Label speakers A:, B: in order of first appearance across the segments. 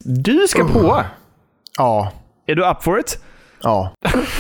A: Du ska på.
B: Ja.
A: Är du up for it?
B: Ja.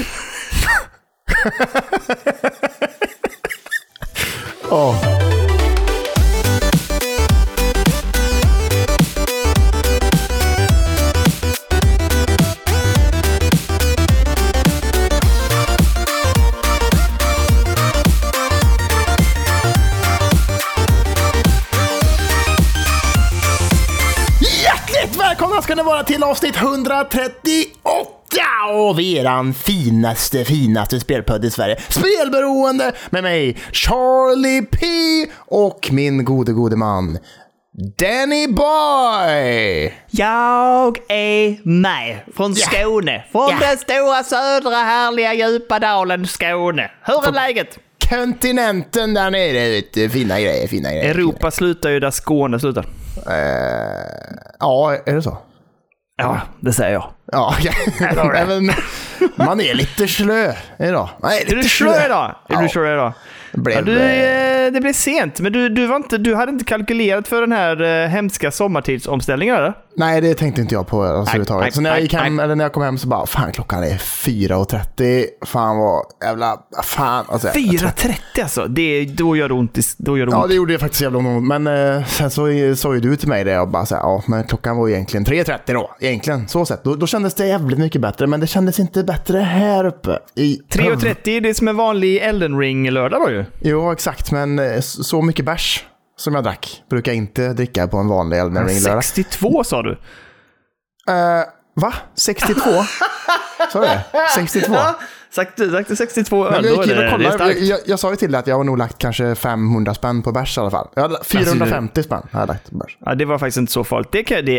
B: Hjärtligt välkomna ska ni vara till avsnitt 138 av eran finaste spelpodd i Sverige. Spelberoende med mig, Charlie P. och min gode man, Danny Boy.
A: Jag är med från Skåne. Från den stora södra härliga djupa dalen Skåne. Hur är läget?
B: Kontinenten där nere, vet du. Fina grejer.
A: Europa slutar ju där Skåne slutar.
B: Ja, är det så?
A: Ja, det säger jag.
B: Ja, men man är lite slö idag.
A: Är du slö idag? Det blev sent, men du hade inte kalkylerat för den här hemska sommartidsomställningen, eller?
B: Nej, det tänkte inte jag på överhuvudtaget. Så när jag gick hem, eller när jag kom hem så bara, fan, klockan är 4:30. Fan vad jävla, fan. Alltså,
A: 4:30 alltså, då gör det ont.
B: Ja, det gjorde faktiskt jävla ont. Men sen så sa ju du till mig det och bara så här, ja, men klockan var egentligen 3:30 då. Egentligen, så sett. Då kändes det jävligt mycket bättre, men det kändes inte bättre här uppe.
A: 3:30, det är som en vanlig Elden Ring-lördag då ju.
B: Jo, exakt, men så mycket bärs som jag drack brukar jag inte dricka på en vanlig Elden Ring-lördag.
A: 62 sa du?
B: Va? 62? Så är det? 62?
A: Ja, sagt 62 öl.
B: Jag sa ju till dig att jag har nog lagt kanske 500 spänn på bärs i alla fall. Jag hade 450 spänn har jag lagt på bärs.
A: Ja, det var faktiskt inte så farligt.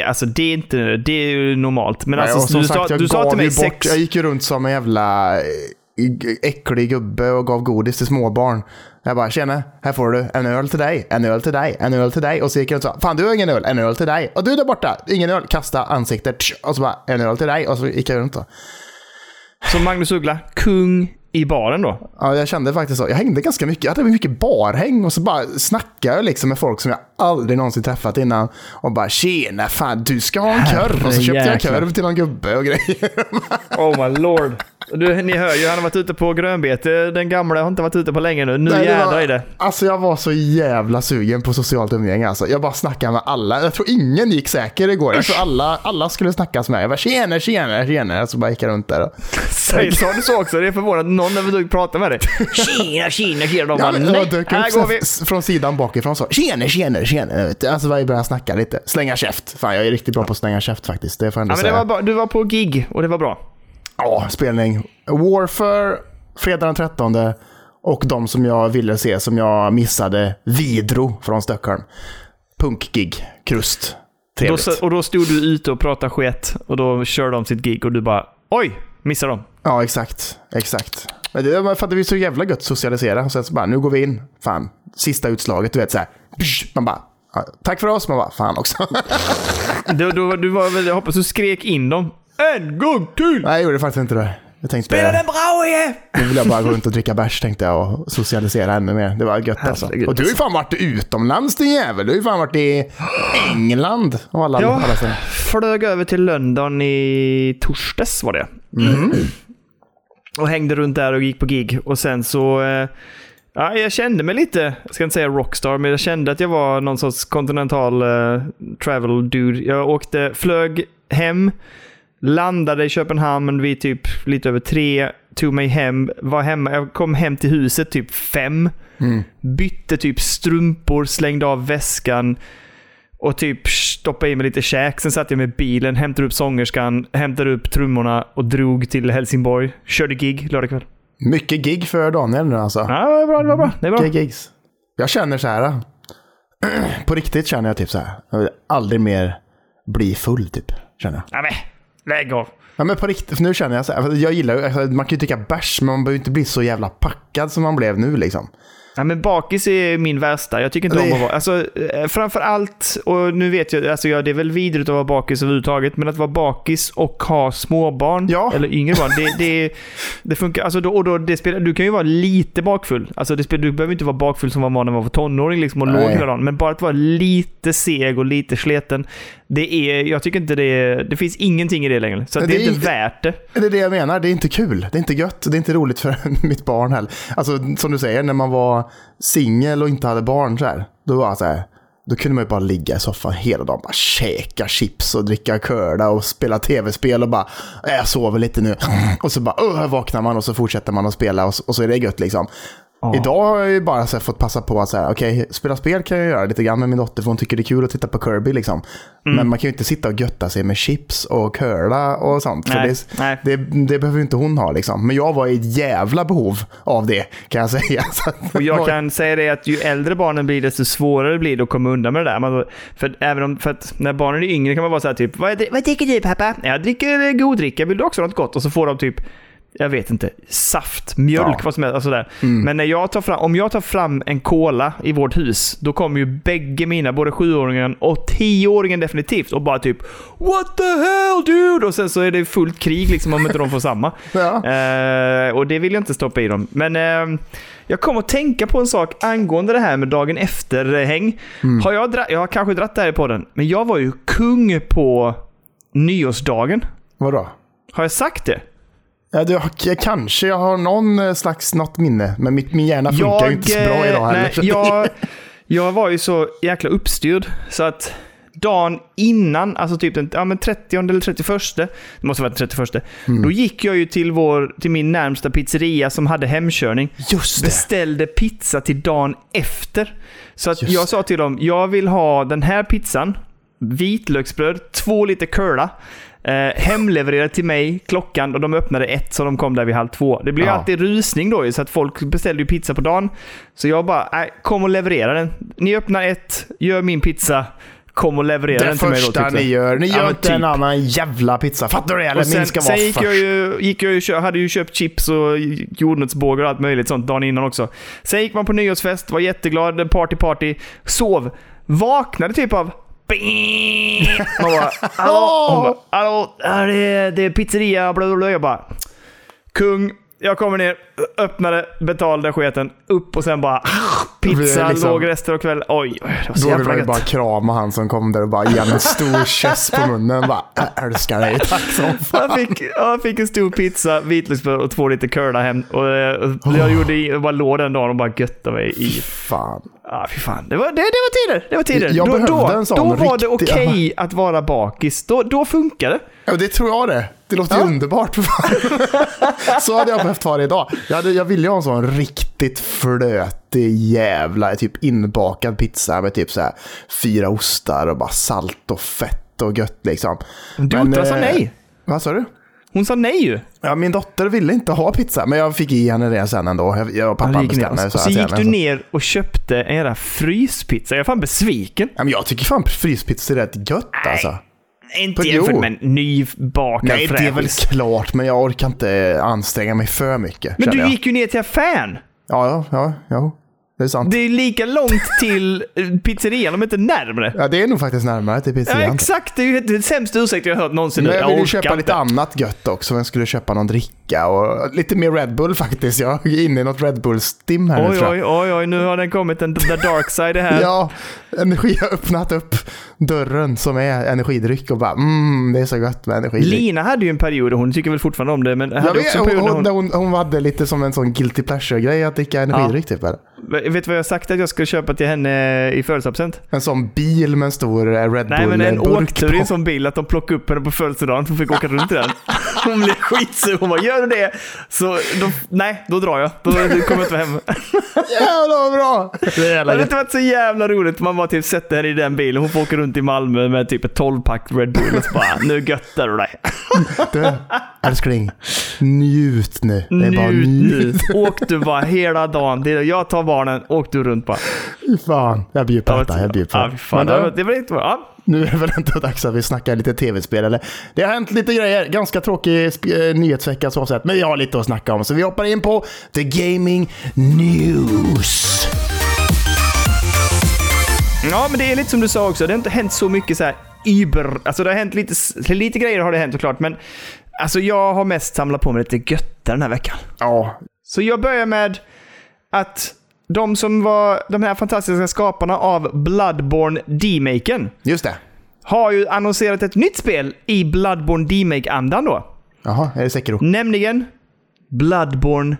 A: Det är ju normalt. Men
B: nej,
A: alltså, du sa till mig 6.
B: Jag gick ju runt som en jävla äcklig gubbe och gav godis till småbarn. Jag bara, tjena, här får du en öl till dig, en öl till dig, en öl till dig. Och så gick jag och sa, fan du har ingen öl, en öl till dig. Och du är där borta, ingen öl, kasta ansiktet. Och så bara, en öl till dig. Och så gick jag runt då.
A: Så Magnus Uggla, kung i baren då?
B: Ja, jag kände faktiskt så. Jag hängde ganska mycket. Jag hade mycket barhäng och så bara snackade jag liksom med folk som jag aldrig någonsin träffat innan. Och bara, tjena, fan, du ska ha en korv. Och så köpte jag korv till någon gubbe och grejer.
A: Oh my lord. Ni hör ju, han har varit ute på grönbete. Den gamla har inte varit ute på länge nu. Nu jävlar är det.
B: Alltså jag var så jävla sugen på socialt umgänge. Alltså. Jag bara snackade med alla. Jag tror ingen gick säker igår. Jag tror alla skulle snackas med. Jag bara, tjena. Så bara gick jag runt där.
A: Sa du så också? Det är förvånande att någon överhuvudtaget pratar med dig. Tjena.
B: Jag dök upp från sidan bakifrån så. Tjena. Alltså jag började snacka lite. Slänga käft. Fan, jag är riktigt bra på att slänga käft faktiskt. Det får jag ändå säga.
A: Men du var på gig och det var bra.
B: Ja, spelning. Warfare, fredag den 13. Och de som jag ville se, som jag missade, Vidro från Stockholm. Punkgig, krust. Trevligt.
A: Och då stod du ute och pratade skit och då körde de sitt gig och du bara, oj, missar de.
B: Ja, exakt. Men det var för att det var så jävla gött socialisera. Och sen så bara, nu går vi in. Fan, sista utslaget, du vet så här. Man bara, tack för oss. Man bara, fan också.
A: Jag hoppas du skrek in dem. En gång till!
B: Nej, jag gjorde faktiskt inte det. Jag tänkte,
A: spela den bra,
B: Nu vill jag bara gå runt och dricka bärs, tänkte jag, och socialisera ännu mer. Det var gött alltså. Och du har ju fan varit utomlands, din jävel. Du har ju fan varit i England. Och alla
A: flög över till London i torsdags var det. Och hängde runt där och gick på gig. Och sen så... jag kände mig lite, jag ska inte säga rockstar, men jag kände att jag var någon sorts kontinental travel dude. Jag flög hem, landade i Köpenhamn vid typ lite över 3, tog mig hem, var hemma, jag kom hem till huset typ 5, bytte typ strumpor, slängde av väskan och typ stoppade i mig lite käk. Sen satt jag med bilen, hämtade upp sångerskan, hämtade upp trummorna och drog till Helsingborg. Körde gig lördag kväll.
B: Mycket gig för Daniel nu alltså.
A: Ja, det var bra. Det är bra.
B: Gigs. Jag känner så här. På riktigt känner jag typ så här. Jag vill aldrig mer bli full typ, känner jag.
A: Ja, men lägg av.
B: Ja, men på riktigt, för nu känner jag så här. Jag gillar ju, man kan ju dricka bärs, men man behöver inte bli så jävla packad som man blev nu liksom.
A: Ja, men bakis är min värsta. Jag tycker inte om att vara... Alltså, framförallt, och nu vet jag, alltså, det är väl vidrigt att vara bakis överhuvudtaget, men att vara bakis och ha småbarn, eller yngre barn, det funkar. Alltså, du kan ju vara lite bakfull. Alltså, du behöver inte vara bakfull som var man när man var tonåring liksom, och låg hela dagen, men bara att vara lite seg och lite sleten, jag tycker inte det finns ingenting i det längre. Så det är inte värt det.
B: Det är det jag menar. Det är inte kul. Det är inte gött. Det är inte roligt för mitt barn heller. Alltså, som du säger, när man var singel och inte hade barn så här, då var så här, då kunde man ju bara ligga i soffan hela dagen, bara käka chips och dricka curda och spela tv-spel och bara, jag sover lite nu. Och så bara, vaknar man och så fortsätter man att spela och så är det gött liksom. Idag har jag ju bara så här, fått passa på att säga, okej, spela spel kan jag göra lite grann med min dotter, för hon tycker det är kul att titta på Kirby liksom. Men man kan ju inte sitta och götta sig med chips och curla och sånt.
A: Nej.
B: Det behöver ju inte hon ha liksom. Men jag var i ett jävla behov av det, kan jag säga.
A: Och jag kan säga det att ju äldre barnen blir, desto svårare blir det att komma undan med det där. För att när barnen är yngre kan man vara så här typ, vad dricker du, pappa? Jag dricker goddricka, vill du också något gott? Och så får de typ, jag vet inte, saft, mjölk, vad som helst, alltså där. Men när om jag tar fram en cola i vårt hus, då kommer ju bägge mina, både 7-åringen och 10-åringen definitivt, och bara typ, what the hell dude? Och sen så är det fullt krig liksom om inte de får samma. Och det vill jag inte stoppa i dem. Men jag kommer att tänka på en sak angående det här med dagen efter häng. Jag har kanske dratt det här på den, men jag var ju kung på nyårsdagen.
B: Vadå?
A: Har jag sagt det?
B: Ja, jag har något minne, men min hjärna funkar ju inte så bra idag heller.
A: Jag var ju så jäkla uppstyrd så att dagen innan, alltså typ den 30 eller 31, det måste vara den 31, då gick jag ju till min närmsta pizzeria som hade hemkörning.
B: Just det.
A: Beställde pizza till dagen efter. Så att jag sa till dem, jag vill ha den här pizzan, vitlöksbröd, 2 liter curla, hemlevererade till mig klockan, och de öppnade 1, så de kom där vid 1:30. Det blir ju alltid rusning då, så att folk beställde ju pizza på dagen. Så jag bara, kom och leverera den. Ni öppnar 1, gör min pizza, kom och leverera den till mig då. Det
B: första ni gör inte typ en annan jävla pizza. Fattar du det? Eller min ska vara
A: först. Jag hade ju köpt chips och jordnötsbågar och allt möjligt sånt dagen innan också. Sen gick man på nyårsfest, var jätteglad, party, sov, vaknade typ av man bara, hallå, det är pizzeria, blablabla. Jag bara, kung, jag kommer ner, öppnade, betalade sketen, upp och sen bara pizza, liksom, låg resten av kvällen. Oj, det var så jävla gött.
B: Bara krama han som kom där och bara ge en stor kyss på munnen. Bara, älskar dig, tack som fan.
A: Jag fick en stor pizza, vitlöksbröd och 2 liter curla hem. Och jag bara låg den dagen och bara göttade mig i.
B: Fan.
A: Ja, fy fan. Det var tider.
B: Jag behövde en sån
A: då var det
B: riktig...
A: okej att vara bakis. Då funkar det.
B: Ja, det tror jag det. Det låter ju underbart för fan. Så hade jag behövt ha det idag. Jag ville ha en sån riktigt flötig jävla typ inbakad pizza med typ så här 4 ostar och bara salt och fett och gött liksom.
A: Du sa nej.
B: Vad sa du?
A: Hon sa nej ju.
B: Ja, min dotter ville inte ha pizza, men jag fick i henne det sen ändå. Jag och pappa bestämde.
A: Så gick du ner och köpte en jävla fryspizza. Jag är fan besviken.
B: Ja, men jag tycker fan fryspizza är rätt gött alltså.
A: Inte jämfört med nybakad fräsch.
B: Nej, det är väl klart, men jag orkar inte anstränga mig för mycket.
A: Men du gick ju ner till affären.
B: Ja. Det är sant.
A: Det är lika långt till pizzerian, om inte närmare.
B: Ja, det är nog faktiskt närmare till pizzerian.
A: Ja, exakt. Det är ju det sämsta ursäkt jag har hört någonsin.
B: Men jag ville köpa lite annat gött också. Jag skulle köpa någon dricka och lite mer Red Bull faktiskt. Jag är inne i något Red Bull-stim här.
A: Oj, nu har den kommit the dark side här.
B: Ja, energi har öppnat upp dörren som är energidryck och bara, det är så gött med energidryck.
A: Lina hade ju en period, och hon tycker väl fortfarande om det, men hade också en period
B: hon hade lite som en sån guilty pleasure-grej att dricka energidryck typ.
A: Vet du vad jag har sagt att jag ska köpa till henne i födelsedagspresent?
B: En sån bil med en stor Red Bull-burk.
A: Nej, men en åktur i en sån bil att de plockar upp henne på födelsedagen. Hon fick åka runt i den. Hon blev skitsur. Hon bara, gör du det? Så då drar jag. Då kommer jag inte hem.
B: Jävla bra!
A: Det hade inte varit så jävla roligt. Man bara typ sätter henne i den bilen. Hon får åka runt i Malmö med typ ett 12-pack Red Bull. Och så bara, nu göttar du dig.
B: Du, älskling, njut nu. Det är bara njut.
A: Åk du bara hela dagen. Jag tar barnen, åk du runt bara.
B: Fan, jag bjuder på detta.
A: Fan, det var inte bra.
B: Nu är det väl inte dags att vi snackar lite tv-spel eller? Det har hänt lite grejer, ganska tråkig nyhetsvecka så sett, men vi har lite att snacka om, så vi hoppar in på The Gaming News.
A: Ja, men det är lite som du sa också. Det har inte hänt så mycket så här alltså det har hänt lite grejer har det hänt såklart, men alltså jag har mest samlat på mig lite göttar den här veckan.
B: Ja.
A: Så jag börjar med att de som var de här fantastiska skaparna av Bloodborne D-maken.
B: Just det.
A: Har ju annonserat ett nytt spel i Bloodborne D-make-andan då.
B: Jaha, är det Sekiro?
A: Nämligen Bloodborne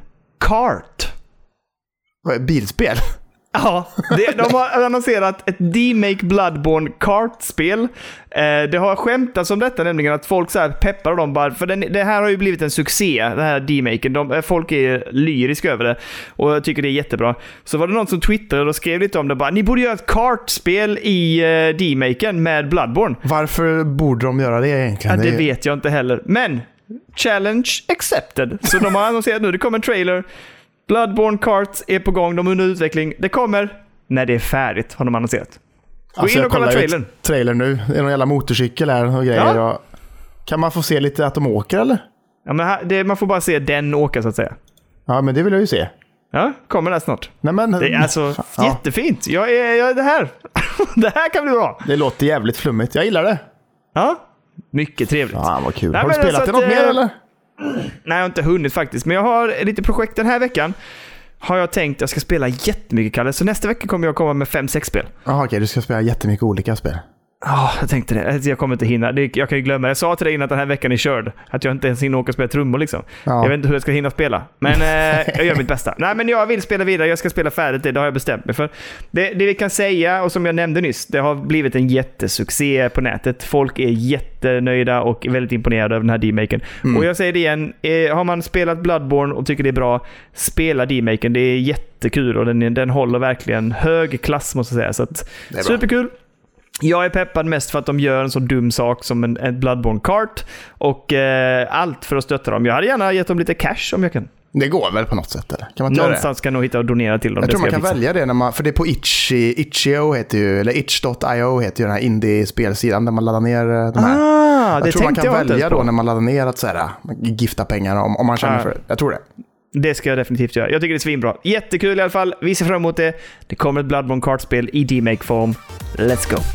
A: Kart.
B: Vad är bilspel?
A: Ja, de har annonserat ett D-make Bloodborne Kart-spel. Det har skämtats om detta, nämligen att folk så här peppar dem bara, för det här har ju blivit en succé, det här D-maken. Folk är lyriska över det och jag tycker det är jättebra. Så var det någon som twittrade och skrev lite om det bara, ni borde göra ett kartspel i D-maken med Bloodborne.
B: Varför borde de göra det egentligen?
A: Ja, det vet jag inte heller. Men challenge accepted. Så de har annonserat nu, det kommer en trailer. Bloodborne Kart är på gång, de är under utveckling. Det kommer när det är färdigt, har de annonserat. Gå in och kolla trailern.
B: Trailer nu. Det är någon jävla motorcykel här och grejer.
A: Ja.
B: Och kan man få se lite att de åker eller?
A: Ja, men man får bara se den åka så att säga.
B: Ja, men det vill jag ju se.
A: Ja, kommer det snart.
B: Nej, men,
A: det är alltså jättefint. Jag är det här. Det här kan bli bra.
B: Det låter jävligt flummigt. Jag gillar det.
A: Ja, mycket trevligt.
B: Ja, vad kul.
A: Nej,
B: har du spelat det något mer eller?
A: Nej, jag har inte hunnit faktiskt. Men jag har lite projekt den här veckan. Har jag tänkt att jag ska spela jättemycket, Kalle. Så nästa vecka kommer jag komma med 5-6 spel.
B: Jaha, okej. Du ska spela jättemycket olika spel.
A: Ja, jag tänkte det. Jag kommer inte hinna. Jag kan ju glömma. Jag sa till dig innan att den här veckan är körd. Att jag inte ens hinner åka och spela trummor liksom. Ja. Jag vet inte hur jag ska hinna spela. Men jag gör mitt bästa. Nej, men jag vill spela vidare. Jag ska spela färdigt det. Det har jag bestämt mig för. Det vi kan säga, och som jag nämnde nyss, det har blivit en jättesuccé på nätet. Folk är jättenöjda och väldigt imponerade över den här D-maken. Och jag säger det igen. Har man spelat Bloodborne och tycker det är bra, spela D-maken. Det är jättekul och den håller verkligen hög klass, måste jag säga. Så att, superkul. Jag är peppad mest för att de gör en så dum sak som en Bloodborne Kart och allt för att stötta dem. Jag hade gärna gett dem lite cash om jag kan.
B: Det går väl på något sätt eller? Kan man
A: någonstans kan nog hitta och donera till dem.
B: Jag tror man kan välja det när man, för det är på Itch.io heter ju, eller Itch.io heter ju den här indie-spelsidan där man laddar ner de här. Jag tror man kan välja då när man laddar ner att så här, gifta pengar om man känner för det. Jag tror det.
A: Det ska jag definitivt göra. Jag tycker det är svinbra. Jättekul i alla fall. Vi ser fram emot det. Det kommer ett Bloodborne Kart-spel i D-make-form. Let's go.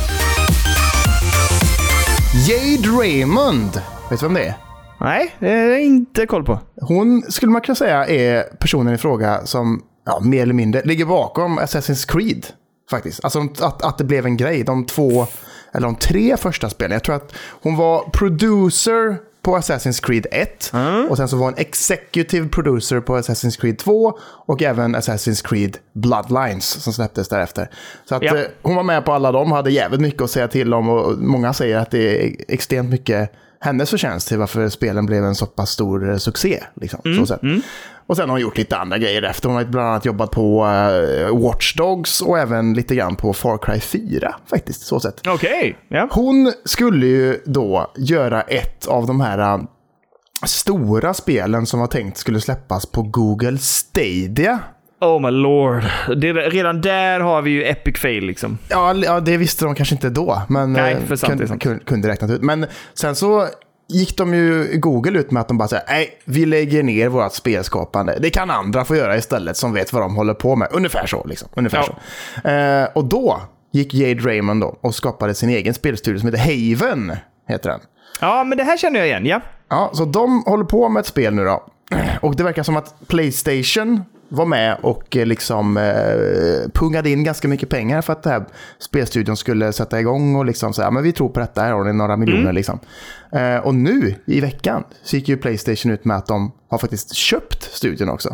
B: Jade Raymond. Vet du vem det är?
A: Nej, det är jag inte koll på.
B: Hon skulle man kunna säga är personen i fråga som mer eller mindre ligger bakom Assassin's Creed faktiskt. Alltså att det blev en grej. De 2 eller de 3 första spelen. Jag tror att hon var producer på Assassin's Creed 1 och sen så var hon executive producer på Assassin's Creed 2 och även Assassin's Creed Bloodlines som släpptes därefter. Så att hon var med på alla dem, hade jävligt mycket att säga till om och många säger att det är extremt mycket hennes förtjänst till varför spelen blev en så pass stor succé liksom, så sätt. Och sen har hon gjort lite andra grejer efter. Hon har bland annat jobbat på Watch Dogs och även lite grann på Far Cry 4 faktiskt, så sätt.
A: Okej. Ja.
B: Hon skulle ju då göra ett av de här stora spelen som var tänkt skulle släppas på Google Stadia.
A: Oh my lord. Redan där har vi ju epic fail liksom.
B: Ja, det visste de kanske inte då. Men
A: nej, för sant,
B: kunde räknat ut. Men sen så gick de ju Google ut med att de bara säger nej, vi lägger ner vårt spelskapande. Det kan andra få göra istället som vet vad de håller på med. Ungefär så liksom. Så. Och då gick Jade Raymond då och skapade sin egen spelstudio som heter Haven, heter den.
A: Ja, men det här känner jag igen, ja.
B: Ja, så de håller på med ett spel nu då. Och det verkar som att PlayStation var med och liksom pungade in ganska mycket pengar för att det här spelstudion skulle sätta igång och liksom säga, men vi tror på detta, här har ni några miljoner liksom. Och nu i veckan så gick ju PlayStation ut med att de har faktiskt köpt studion också.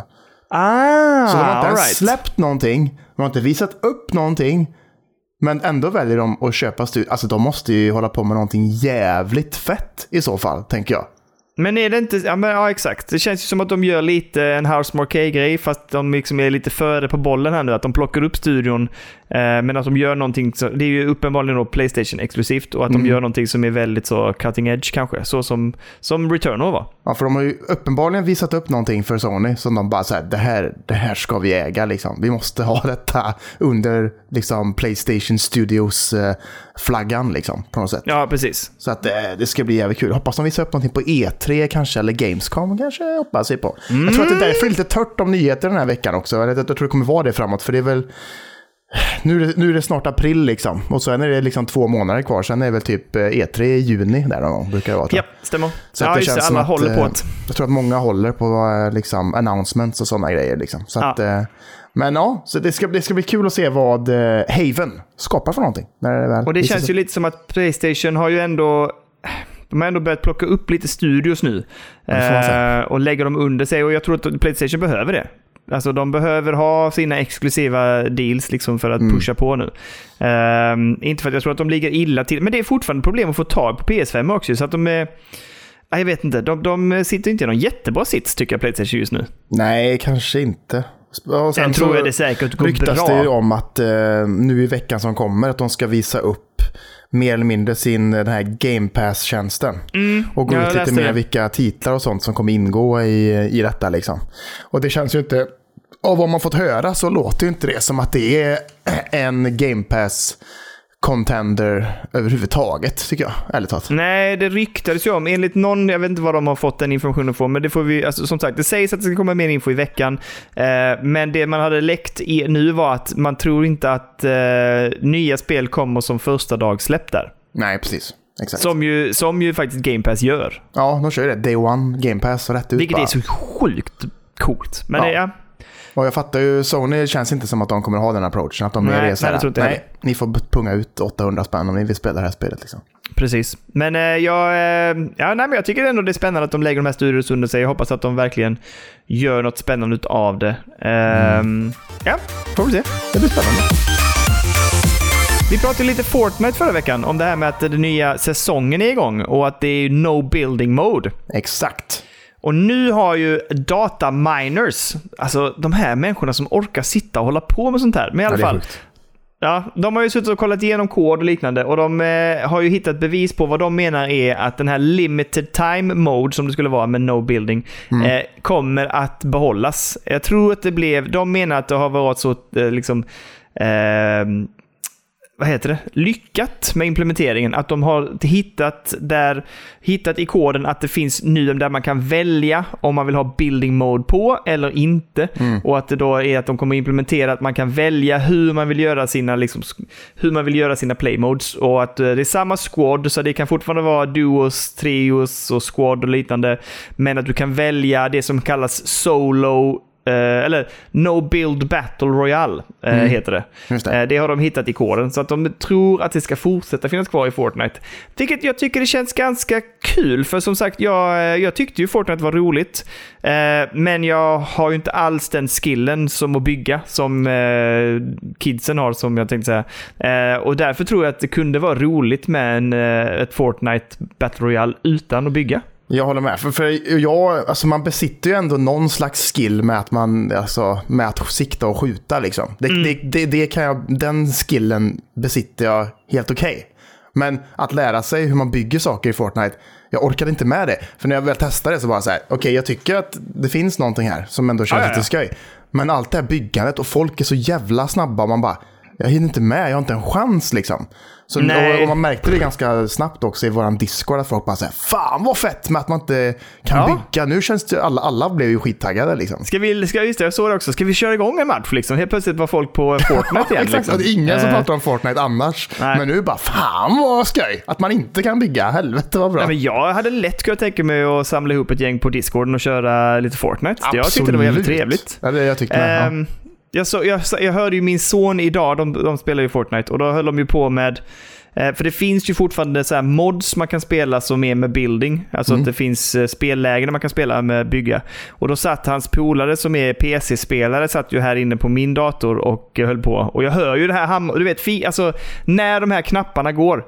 B: Så de har inte ens släppt någonting, de har inte visat upp någonting, men ändå väljer de att köpa studion. Alltså de måste ju hålla på med någonting jävligt fett i så fall, tänker jag.
A: Men är det inte... Ja, exakt. Det känns ju som att de gör lite en House Marquee-grej fast de liksom är lite före på bollen här nu. Att de plockar upp studion men att de gör någonting... Det är ju uppenbarligen då PlayStation-exklusivt och att de gör någonting som är väldigt så cutting edge kanske. Så som Returnal var. Ja,
B: för de har ju uppenbarligen visat upp någonting för Sony som de bara säger, det här ska vi äga liksom. Vi måste ha detta under liksom PlayStation Studios flaggan liksom på något sätt.
A: Ja, precis.
B: Så att det ska bli jävligt kul. Hoppas de visar upp någonting på E3 kanske, eller Gamescom kanske, hoppas vi på. Jag tror att det är därför lite tört om nyheter den här veckan också. Jag tror det kommer vara det framåt, för det är väl Nu är det snart april liksom. Och sen är det liksom 2 månader kvar. Sen är det väl typ E3 i juni där någon gång, brukar det vara.
A: Ja, stämmer.
B: Så
A: ja,
B: det känns
A: alla
B: som
A: håller
B: att,
A: på det.
B: jag tror att många håller på liksom announcements och sådana grejer liksom. Så att, men ja, så det ska bli kul att se vad Haven skapar för någonting. När det väl
A: och det känns ju lite som att PlayStation har ju ändå... De har ändå börjat plocka upp lite studios nu. Och lägga dem under sig. Och jag tror att PlayStation behöver det. Alltså de behöver ha sina exklusiva deals liksom för att pusha på nu. Inte för att jag tror att de ligger illa till. Men det är fortfarande problem att få tag på PS5 också. Så att de är... Jag vet inte. De sitter inte i någon jättebra sits tycker jag PlayStation just nu.
B: Nej, kanske inte. Och sen
A: tror jag det säkert går
B: ryktas
A: bra.
B: det ju om att nu i veckan som kommer att de ska visa upp mer eller mindre den här Game Pass-tjänsten. Och gå ut lite mer vilka titlar och sånt som kommer ingå i detta liksom. Och det känns ju inte, av vad man fått höra så låter ju inte det som att det är en Game Pass contender överhuvudtaget, tycker jag, ärligt talat.
A: Nej, det ryktades ju om. Enligt någon, jag vet inte vad de har fått den informationen från, men det får vi, alltså, som sagt, det sägs att det ska komma mer info i veckan. Men det man hade läckt nu var att man tror inte att nya spel kommer som första dag släpp där.
B: Nej, precis. Exakt.
A: Som ju faktiskt Game Pass gör.
B: Ja, de kör ju det. Day One Game Pass och rätt ut.
A: Vilket är så sjukt coolt. Men
B: ja. Och jag fattar ju, Sony känns inte som att de kommer ha den approachen. Att de är så här, nej, ni får punga ut 800 spänn om ni vill spela det här spelet liksom.
A: Precis. Men jag tycker ändå det är spännande att de lägger de här studios under sig. Jag hoppas att de verkligen gör något spännande av det. Ja, får vi se.
B: Det blir spännande.
A: Vi pratade lite Fortnite förra veckan om det här med att den nya säsongen är igång och att det är no building mode.
B: Exakt.
A: Och nu har ju data miners, alltså de här människorna som orkar sitta och hålla på med sånt här. Men i alla fall, ja, de har ju suttit och kollat igenom kod och liknande och de har ju hittat bevis på vad de menar är att den här limited time mode som det skulle vara med no building kommer att behållas. Jag tror att de menar att det har varit så liksom... vad heter det? Lyckat med implementeringen. Att de har hittat i koden att det finns nu där man kan välja om man vill ha building mode på eller inte. Och att det då är att de kommer implementera att man kan välja hur man vill göra sina play modes. Och att det är samma squad, så det kan fortfarande vara duos, trios och squad och liknande. Men att du kan välja det som kallas solo eller No Build Battle Royale heter det.
B: Just det.
A: Det har de hittat i koden, så att de tror att det ska fortsätta finnas kvar i Fortnite. Vilket jag tycker det känns ganska kul, för som sagt, jag tyckte ju Fortnite var roligt, men jag har ju inte alls den skillen som att bygga som kidsen har, som jag tänkte säga. Och därför tror jag att det kunde vara roligt med ett Fortnite Battle Royale utan att bygga.
B: Jag håller med. För man besitter ju ändå någon slags skill med att med att sikta och skjuta liksom. Den skillen besitter jag helt okej. Men att lära sig hur man bygger saker i Fortnite, jag orkade inte med det. För när jag väl testade det så var så här, okej, jag tycker att det finns någonting här som ändå känns lite skoj. Men allt det här byggandet och folk är så jävla snabba och man bara, jag hinner inte med, jag har inte en chans liksom. Så, och man märkte det ganska snabbt också i våran Discord att folk bara säger, fan vad fett med att man inte kan bygga. Nu känns det, alla blev ju skittaggade liksom.
A: Jag såg det också. Ska vi köra igång en match liksom? Helt plötsligt var folk på Fortnite igen.
B: Exakt, det är ingen som pratar om Fortnite annars. Nej. Men nu bara, fan vad skoj att man inte kan bygga. Helvete vad bra.
A: Nej, men jag hade lätt kunnat tänka mig att samla ihop ett gäng på Discorden och köra lite Fortnite. Jag tyckte det var jävligt trevligt.
B: Ja, det jag tyckte med.
A: Jag hörde ju min son idag, de spelar ju Fortnite, och då höll de ju på med, för det finns ju fortfarande så här mods man kan spela som är med building, alltså att det finns spellägen där man kan spela med bygga, och då satt hans polare som är PC-spelare satt ju här inne på min dator och höll på, och jag hör ju det här du vet, alltså när de här knapparna går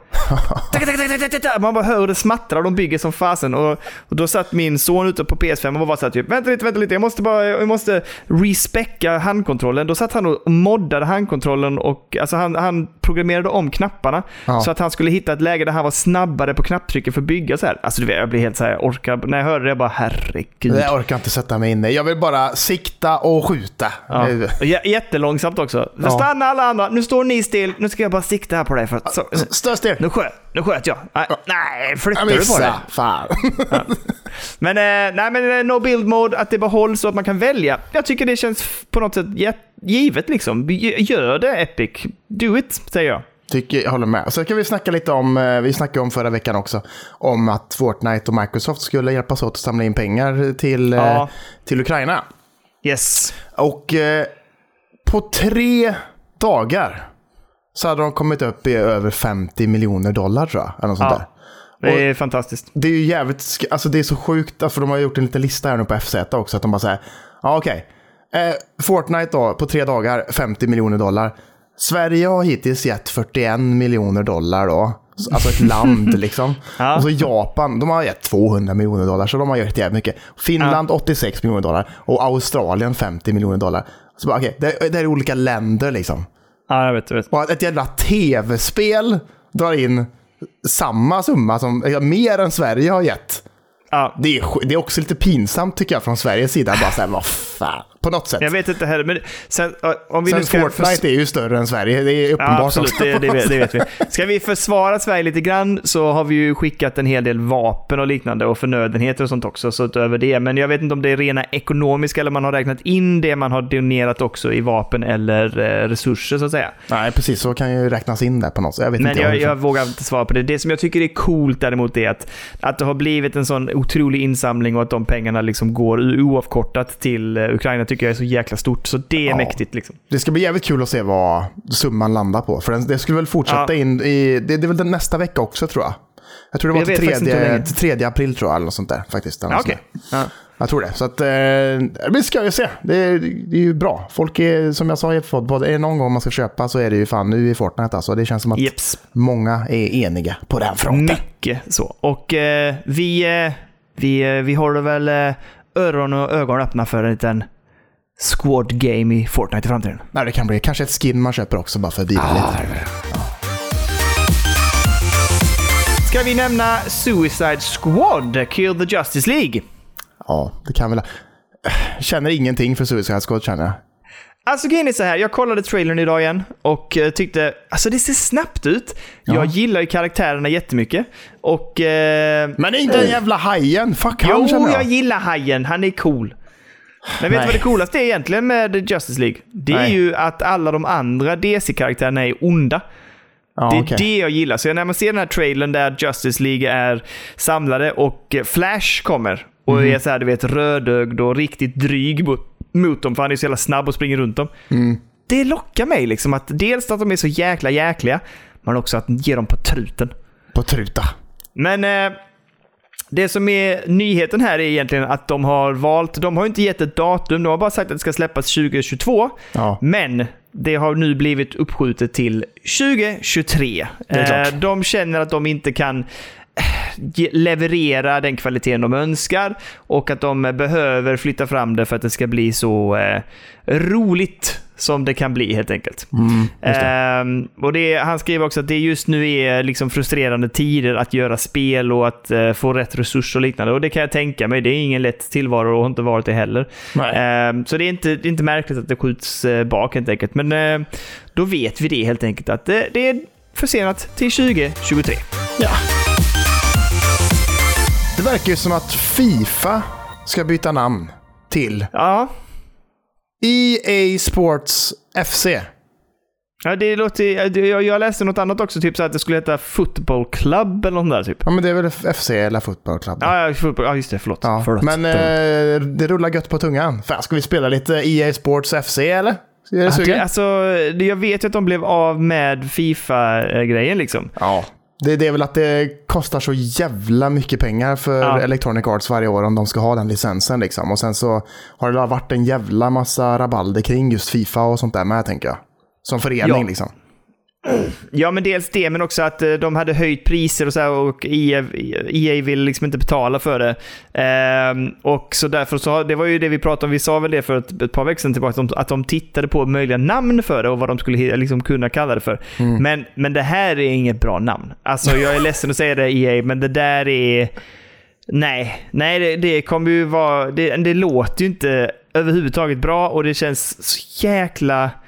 A: man bara hör det smattrar och de bygger som fasen, och då satt min son ute på PS5 och var så här typ, vänta lite, jag måste respecka handkontrollen. Då satt han och moddade handkontrollen, och alltså han programmerade om knapparna så att han skulle hitta ett läge där han var snabbare på knapptrycken för att bygga så här. Alltså jag blir helt så här, när jag hörde det jag bara, herregud.
B: Jag orkar inte sätta mig inne. Jag vill bara sikta och skjuta.
A: Ja. Jättelångsamt också. Stanna alla andra. Nu står ni still. Nu ska jag bara sikta här på dig. Stå still. Nu nu sköt jag. Nej, flyttar du på det?
B: Fan.
A: Ja. Men no build mode, att det behålls så att man kan välja. Jag tycker det känns på något sätt givet liksom. Gör det, Epic. Do it, säger jag.
B: Jag håller med. Så kan vi snacka lite om, vi snackade om förra veckan också, om att Fortnite och Microsoft skulle hjälpas åt att samla in pengar till Ukraina.
A: Yes.
B: Och på 3 dagar så hade de kommit upp i över $50 miljoner tror jag. Eller något sånt där.
A: Det är fantastiskt.
B: Det är ju jävligt, alltså det är så sjukt, för de har gjort en liten lista här nu på FZ också, att de bara säger, okej. Fortnite då, på 3 dagar, $50 miljoner. Sverige har hittills gett $41 miljoner då. Alltså ett land liksom. Och så Japan, de har gett $200 miljoner, så de har gett jävligt mycket. Finland $86 miljoner och Australien $50 miljoner. Så bara, det är olika länder liksom.
A: Ja, jag vet.
B: Och ett jävla tv-spel drar in samma summa som mer än Sverige har gett.
A: Ja.
B: Det är också lite pinsamt tycker jag från Sveriges sida. Bara såhär, vad fan. På något sätt.
A: Jag vet inte heller, men sen, om vi
B: sen
A: nu ska
B: Fortnite är ju större än Sverige. Det är uppenbart.
A: Ja, absolut, det vet vi. Ska vi försvara Sverige lite grann, så har vi ju skickat en hel del vapen och liknande och förnödenheter och sånt också, så utöver det. Men jag vet inte om det är rena ekonomiska eller man har räknat in det man har donerat också i vapen eller resurser så att säga.
B: Nej, precis, så kan ju räknas in där på något sätt. Jag vet
A: men
B: inte
A: jag vågar inte svara på det. Det som jag tycker är coolt däremot är att det har blivit en sån otrolig insamling och att de pengarna liksom går oavkortat till Ukraina tycker jag är så jäkla stort, så det är mäktigt liksom.
B: Det ska bli jävligt kul att se vad summan landar på, för det skulle väl fortsätta in i, det är väl den nästa vecka också tror jag. Jag tror det var till 3 april tror jag, eller något sånt där faktiskt.
A: Okej.
B: Jag tror det. Så att vi ska ju se. Det är ju bra. Folk är, som jag sa i podd, är det någon gång man ska köpa så är det ju fan nu i Fortnite alltså. Det känns som att många är eniga på den fronten.
A: Mycket så. Och vi håller väl öron och ögon öppna för en liten squad game i Fortnite i framtiden.
B: Nej, det kan bli kanske ett skin man köper också bara för att bidra lite.
A: Ska vi nämna Suicide Squad, Kill the Justice League?
B: Ja, det kan väl. Känner ingenting för Suicide Squad, känner jag.
A: Alltså grejen är så här, jag kollade trailern idag igen och tyckte, alltså det ser snabbt ut. Jag gillar ju karaktärerna jättemycket. Och,
B: men inte den jävla hajen, fuck han känner
A: jag gillar hajen, han är cool. Men vet du vad det coolaste är egentligen med Justice League? Det är ju att alla de andra DC-karaktärerna är onda. Det är det jag gillar. Så när man ser den här trailern där Justice League är samlade och Flash kommer och är så här, du vet, rödögd och riktigt dryg mot dem, för han är så jävla snabb och springer runt dem. Det lockar mig liksom, att dels att de är så jäkliga, men också att ge dem på truten.
B: På truta.
A: Men det som är nyheten här är egentligen att de har inte gett ett datum, de har bara sagt att det ska släppas 2022, men det har nu blivit uppskjutet till 2023. De känner att de inte kan leverera den kvaliteten de önskar och att de behöver flytta fram det för att det ska bli så roligt som det kan bli helt enkelt. Och han skriver också att det just nu är liksom frustrerande tider att göra spel och att få rätt resurser och liknande, och det kan jag tänka mig, det är ingen lätt tillvaro och har inte varit det heller. Så det är inte märkligt att det skjuts bak helt enkelt, men då vet vi det helt enkelt, att det är försenat till 2023.
B: Ja. Det verkar ju som att FIFA ska byta namn till EA Sports FC.
A: Ja, det låter, jag läste något annat också, typ så att det skulle heta Football Club eller något där typ.
B: Ja, men det är väl FC eller Football Club.
A: Ja, just det, förlåt.
B: Men det rullar gött på tungan. Fan, ska vi spela lite EA Sports FC eller? Jag vet ju att de blev av med FIFA-grejen liksom. Ja. Det är väl att det kostar så jävla mycket pengar för Electronic Arts varje år om de ska ha den licensen liksom. Och sen så har det varit en jävla massa rabalder kring just FIFA och sånt där med, tänker jag. Som förening liksom.
A: Ja, men dels det, men också att de hade höjt priser och så här, och EA vill liksom inte betala för det. Och så därför så, det var ju det vi pratade om, vi sa väl det för ett par veckor sedan tillbaka, att de tittade på möjliga namn för det och vad de skulle liksom kunna kalla det för. Men det här är inget bra namn. Alltså jag är ledsen att säga det, EA, men det där är... Nej, det kommer ju vara... Det låter ju inte överhuvudtaget bra, och det känns så jäkla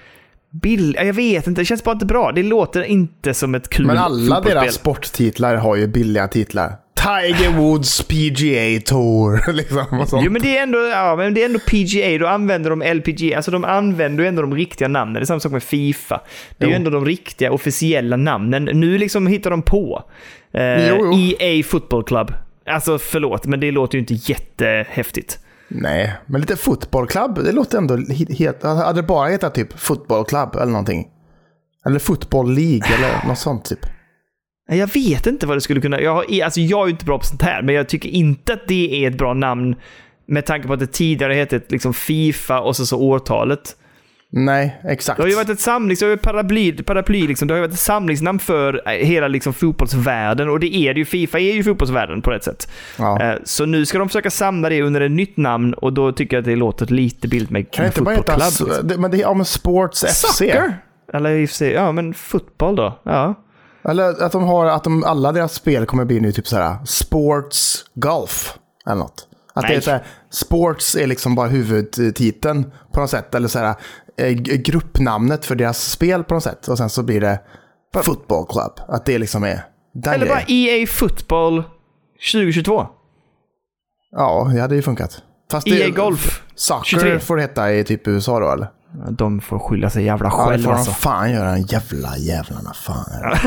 A: Jag vet inte, det känns bara inte bra. Det låter inte som ett kul
B: Men alla
A: fotbollsspel.
B: deras sporttitlar har ju billiga titlar. Tiger Woods PGA Tour liksom och sånt.
A: Jo, men det är ändå PGA. Då använder de LPG. Alltså de använder ju ändå de riktiga namnen. Det är samma sak med FIFA. Det är ju ändå de riktiga officiella namnen. Nu liksom hittar de på EA Football Club. Alltså förlåt, men det låter ju inte jättehäftigt.
B: Nej, men lite fotbollklubb, det låter ändå helt... Hade det bara hetat typ fotbollklubb eller någonting? Eller Football League eller något sånt typ.
A: Jag vet inte vad det skulle kunna... Jag är ju inte bra på sånt här, men jag tycker inte att det är ett bra namn med tanke på att det tidigare hette liksom FIFA och så årtalet.
B: Nej, exakt.
A: Det har ju varit ett paraply liksom. Det har ju varit ett samlingsnamn för hela liksom fotbollsvärlden, och det är det ju. FIFA är ju fotbollsvärlden på ett sätt. Ja. Så nu ska de försöka samla det under ett nytt namn, och då tycker jag att det låter lite bild med
B: kan inte bara heta liksom. Men det är Sports FC.
A: Soccer? Eller FC, ja, men fotboll då. Ja.
B: Eller att alla deras spel kommer bli nu typ så här Sports Golf eller något. Att det är så här, sports är liksom bara huvudtiteln på något sätt, eller så här gruppnamnet för deras spel på något sätt, och sen så blir det Football Club. Att det liksom är den
A: eller bara EA Football 2022.
B: Ja, det hade ju funkat. Fast
A: EA Golf
B: Soccer 23. Får det heta i typ USA då, eller?
A: De får skylla sig jävla själva.
B: Ja, det får de fan göra, en jävlarna fan.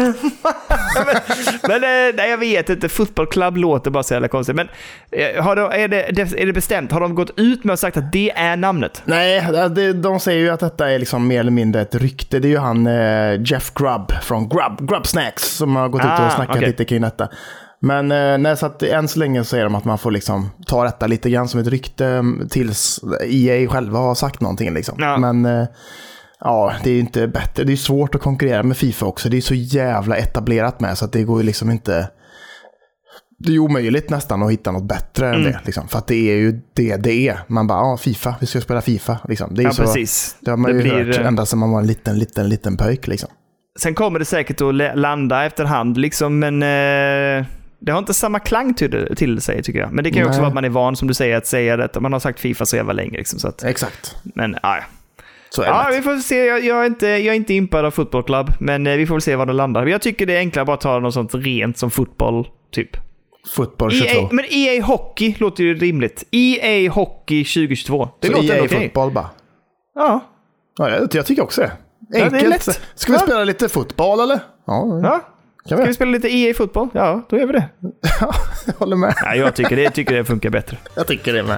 A: men nej, jag vet inte. Football Club låter bara så jävla konstigt. Men är det bestämt? Har de gått ut med och sagt att det är namnet?
B: Nej, de säger ju att detta är liksom mer eller mindre ett rykte. Det är ju han Jeff Grubb från Grubb Snacks som har gått ut och snackat lite kring detta. Men så att än så länge så är de att man får liksom ta detta lite grann som ett rykte tills EA själva har sagt någonting liksom. Ja. Men det är ju inte bättre. Det är svårt att konkurrera med FIFA också. Det är så jävla etablerat med, så att det går ju liksom inte... Det är omöjligt nästan att hitta något bättre än det liksom. För att det är ju det är. Man bara, FIFA, vi ska spela FIFA liksom. Det är så,
A: precis.
B: Det har man ju hört ända sedan man var en liten pöjk liksom.
A: Sen kommer det säkert att landa efterhand liksom, men... Det har inte samma klang till sig, tycker jag. Men det kan ju också vara att man är van, som du säger, att säga det. Man har sagt FIFA så jävla länge. Liksom, så att,
B: exakt.
A: Men,
B: så är det.
A: Vi får se. Jag är inte impad av Football Club, men vi får väl se var det landar. Jag tycker det är enklare att bara ta något sånt rent som fotboll, typ.
B: Fotboll 22.
A: Men EA Hockey låter ju rimligt. EA Hockey 2022. Det så låter
B: EA
A: okej.
B: Fotboll bara?
A: Ja.
B: Jag tycker också det. Enkelt. Det är lätt. Ska vi spela lite fotboll, eller? Ja. Ska vi spela lite EA-fotboll? Ja, då gör vi det.
A: Ja,
B: jag håller med.
A: Ja, jag tycker det funkar bättre.
B: Jag tycker det med.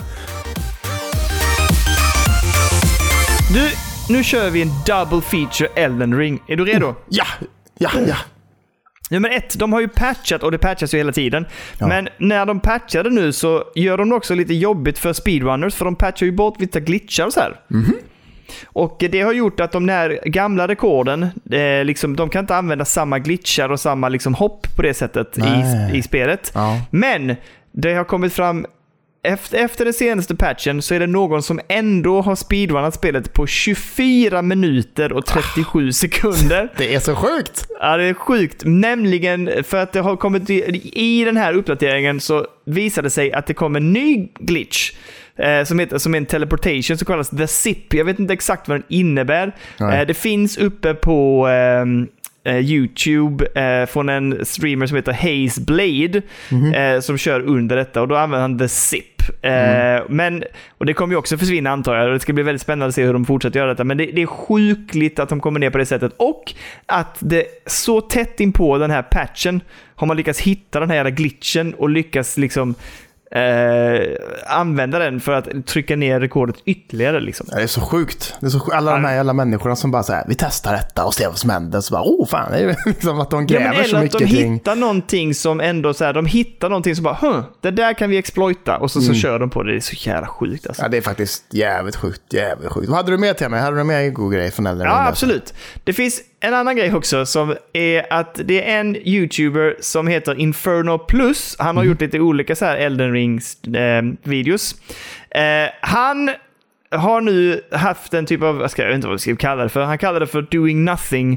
A: Du, nu kör vi en double feature Elden Ring. Är du redo?
B: Ja.
A: Nummer 1, de har ju patchat, och det patchas ju hela tiden. Ja. Men när de patchade nu så gör de också lite jobbigt för speedrunners, för de patchar ju bort vissa glitchar och så här. Mm-hmm. Och det har gjort att de där gamla rekorden, liksom, de kan inte använda samma glitchar och samma liksom, hopp på det sättet i spelet. Ja. Men det har kommit fram efter den senaste patchen, så är det någon som ändå har speedrunnat spelet på 24 minuter och 37 sekunder.
B: Det är så sjukt!
A: Ja, det är sjukt. Nämligen för att det har kommit i den här uppdateringen, så visade det sig att det kommer en ny glitch som är en teleportation som kallas The Zip. Jag vet inte exakt vad den innebär. Det finns uppe på YouTube från en streamer som heter Haze Blade som kör under detta, och då använder han The Zip. Och det kommer ju också försvinna, antar jag, och det ska bli väldigt spännande att se hur de fortsätter göra detta, men det är sjukligt att de kommer ner på det sättet, och att det så tätt in på den här patchen har man lyckats hitta den här jävla glitchen och lyckas liksom använda den för att trycka ner rekordet ytterligare liksom.
B: Ja, det är så sjukt. Det är så alla de här jävla människorna som bara säger vi testar detta och ser vad som händer, så bara fan, det är liksom att de gräver så mycket
A: kring. De hittar någonting som ändå så här, de hittar någonting som bara det där kan vi exploita, och så kör de på det. Det är så jävla sjukt alltså.
B: Ja, det är faktiskt jävligt sjukt. Vad hade du med till mig? Hade du med en god grej från Elden Ring?
A: Ja, absolut. Det finns en annan grej också, som är att det är en YouTuber som heter Inferno Plus. Han har gjort lite olika så här Elden Rings videos. Han har nu haft en typ av, jag vet inte vad vi ska kalla det för. Han kallar det för doing nothing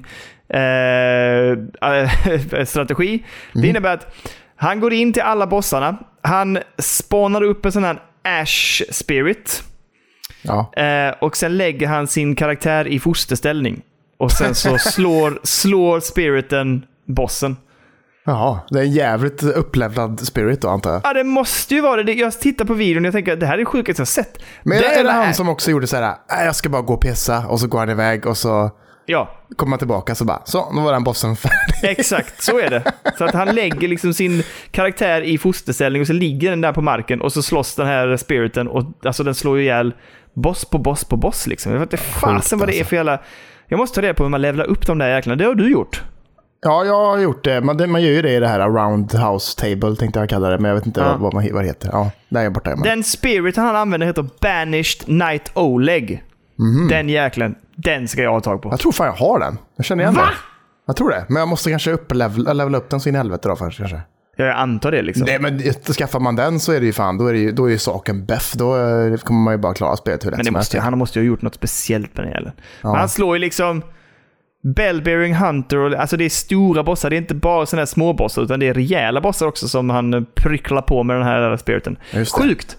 A: strategi. Det innebär att han går in till alla bossarna. Han spawnar upp en sån här Ash Spirit. Ja. Och sen lägger han sin karaktär i fosterställning. Och sen så slår spiriten bossen.
B: Jaha, det är en jävligt upplevlad spirit då, antar jag.
A: Ja, det måste ju vara det. Jag tittar på videon och jag tänker att det här är sjukt jag sett.
B: Men är det han som också gjorde så här, jag ska bara gå och pissa, och så går han iväg och så kommer man tillbaka så bara, så, nu var den bossen färdig.
A: Exakt, så är det. Så att han lägger liksom sin karaktär i fosterställning och så ligger den där på marken och så slåss den här spiriten och alltså den slår ju ihjäl boss på boss på boss liksom. Jag vet inte fasen vad det är för jävla... Jag måste ta reda på hur man levlar upp de där jäklarna. Det har du gjort.
B: Ja, jag har gjort det. Man gör ju det i det här roundhouse table, tänkte jag kalla det. Men jag vet inte vad det heter. Ja, där är jag borta.
A: Den spirit han använder heter Banished Knight Oleg. Den jäklen, den ska jag ha tag på.
B: Jag tror fan jag har den. Jag känner igen det. Jag tror det. Men jag måste kanske levela upp den så in i helvete då först kanske.
A: Ja, jag antar det liksom.
B: Nej, men skaffar man den så är det ju fan, då är ju saken beff. Då kommer man ju bara klara spelet hur lätt som helst.
A: Han måste ju ha gjort något speciellt med den jäveln. Men han slår ju liksom Bellbearing Hunter, och, alltså det är stora bossar, det är inte bara sådana här små bossar utan det är rejäla bossar också som han prycklar på med den här spiriten. Sjukt!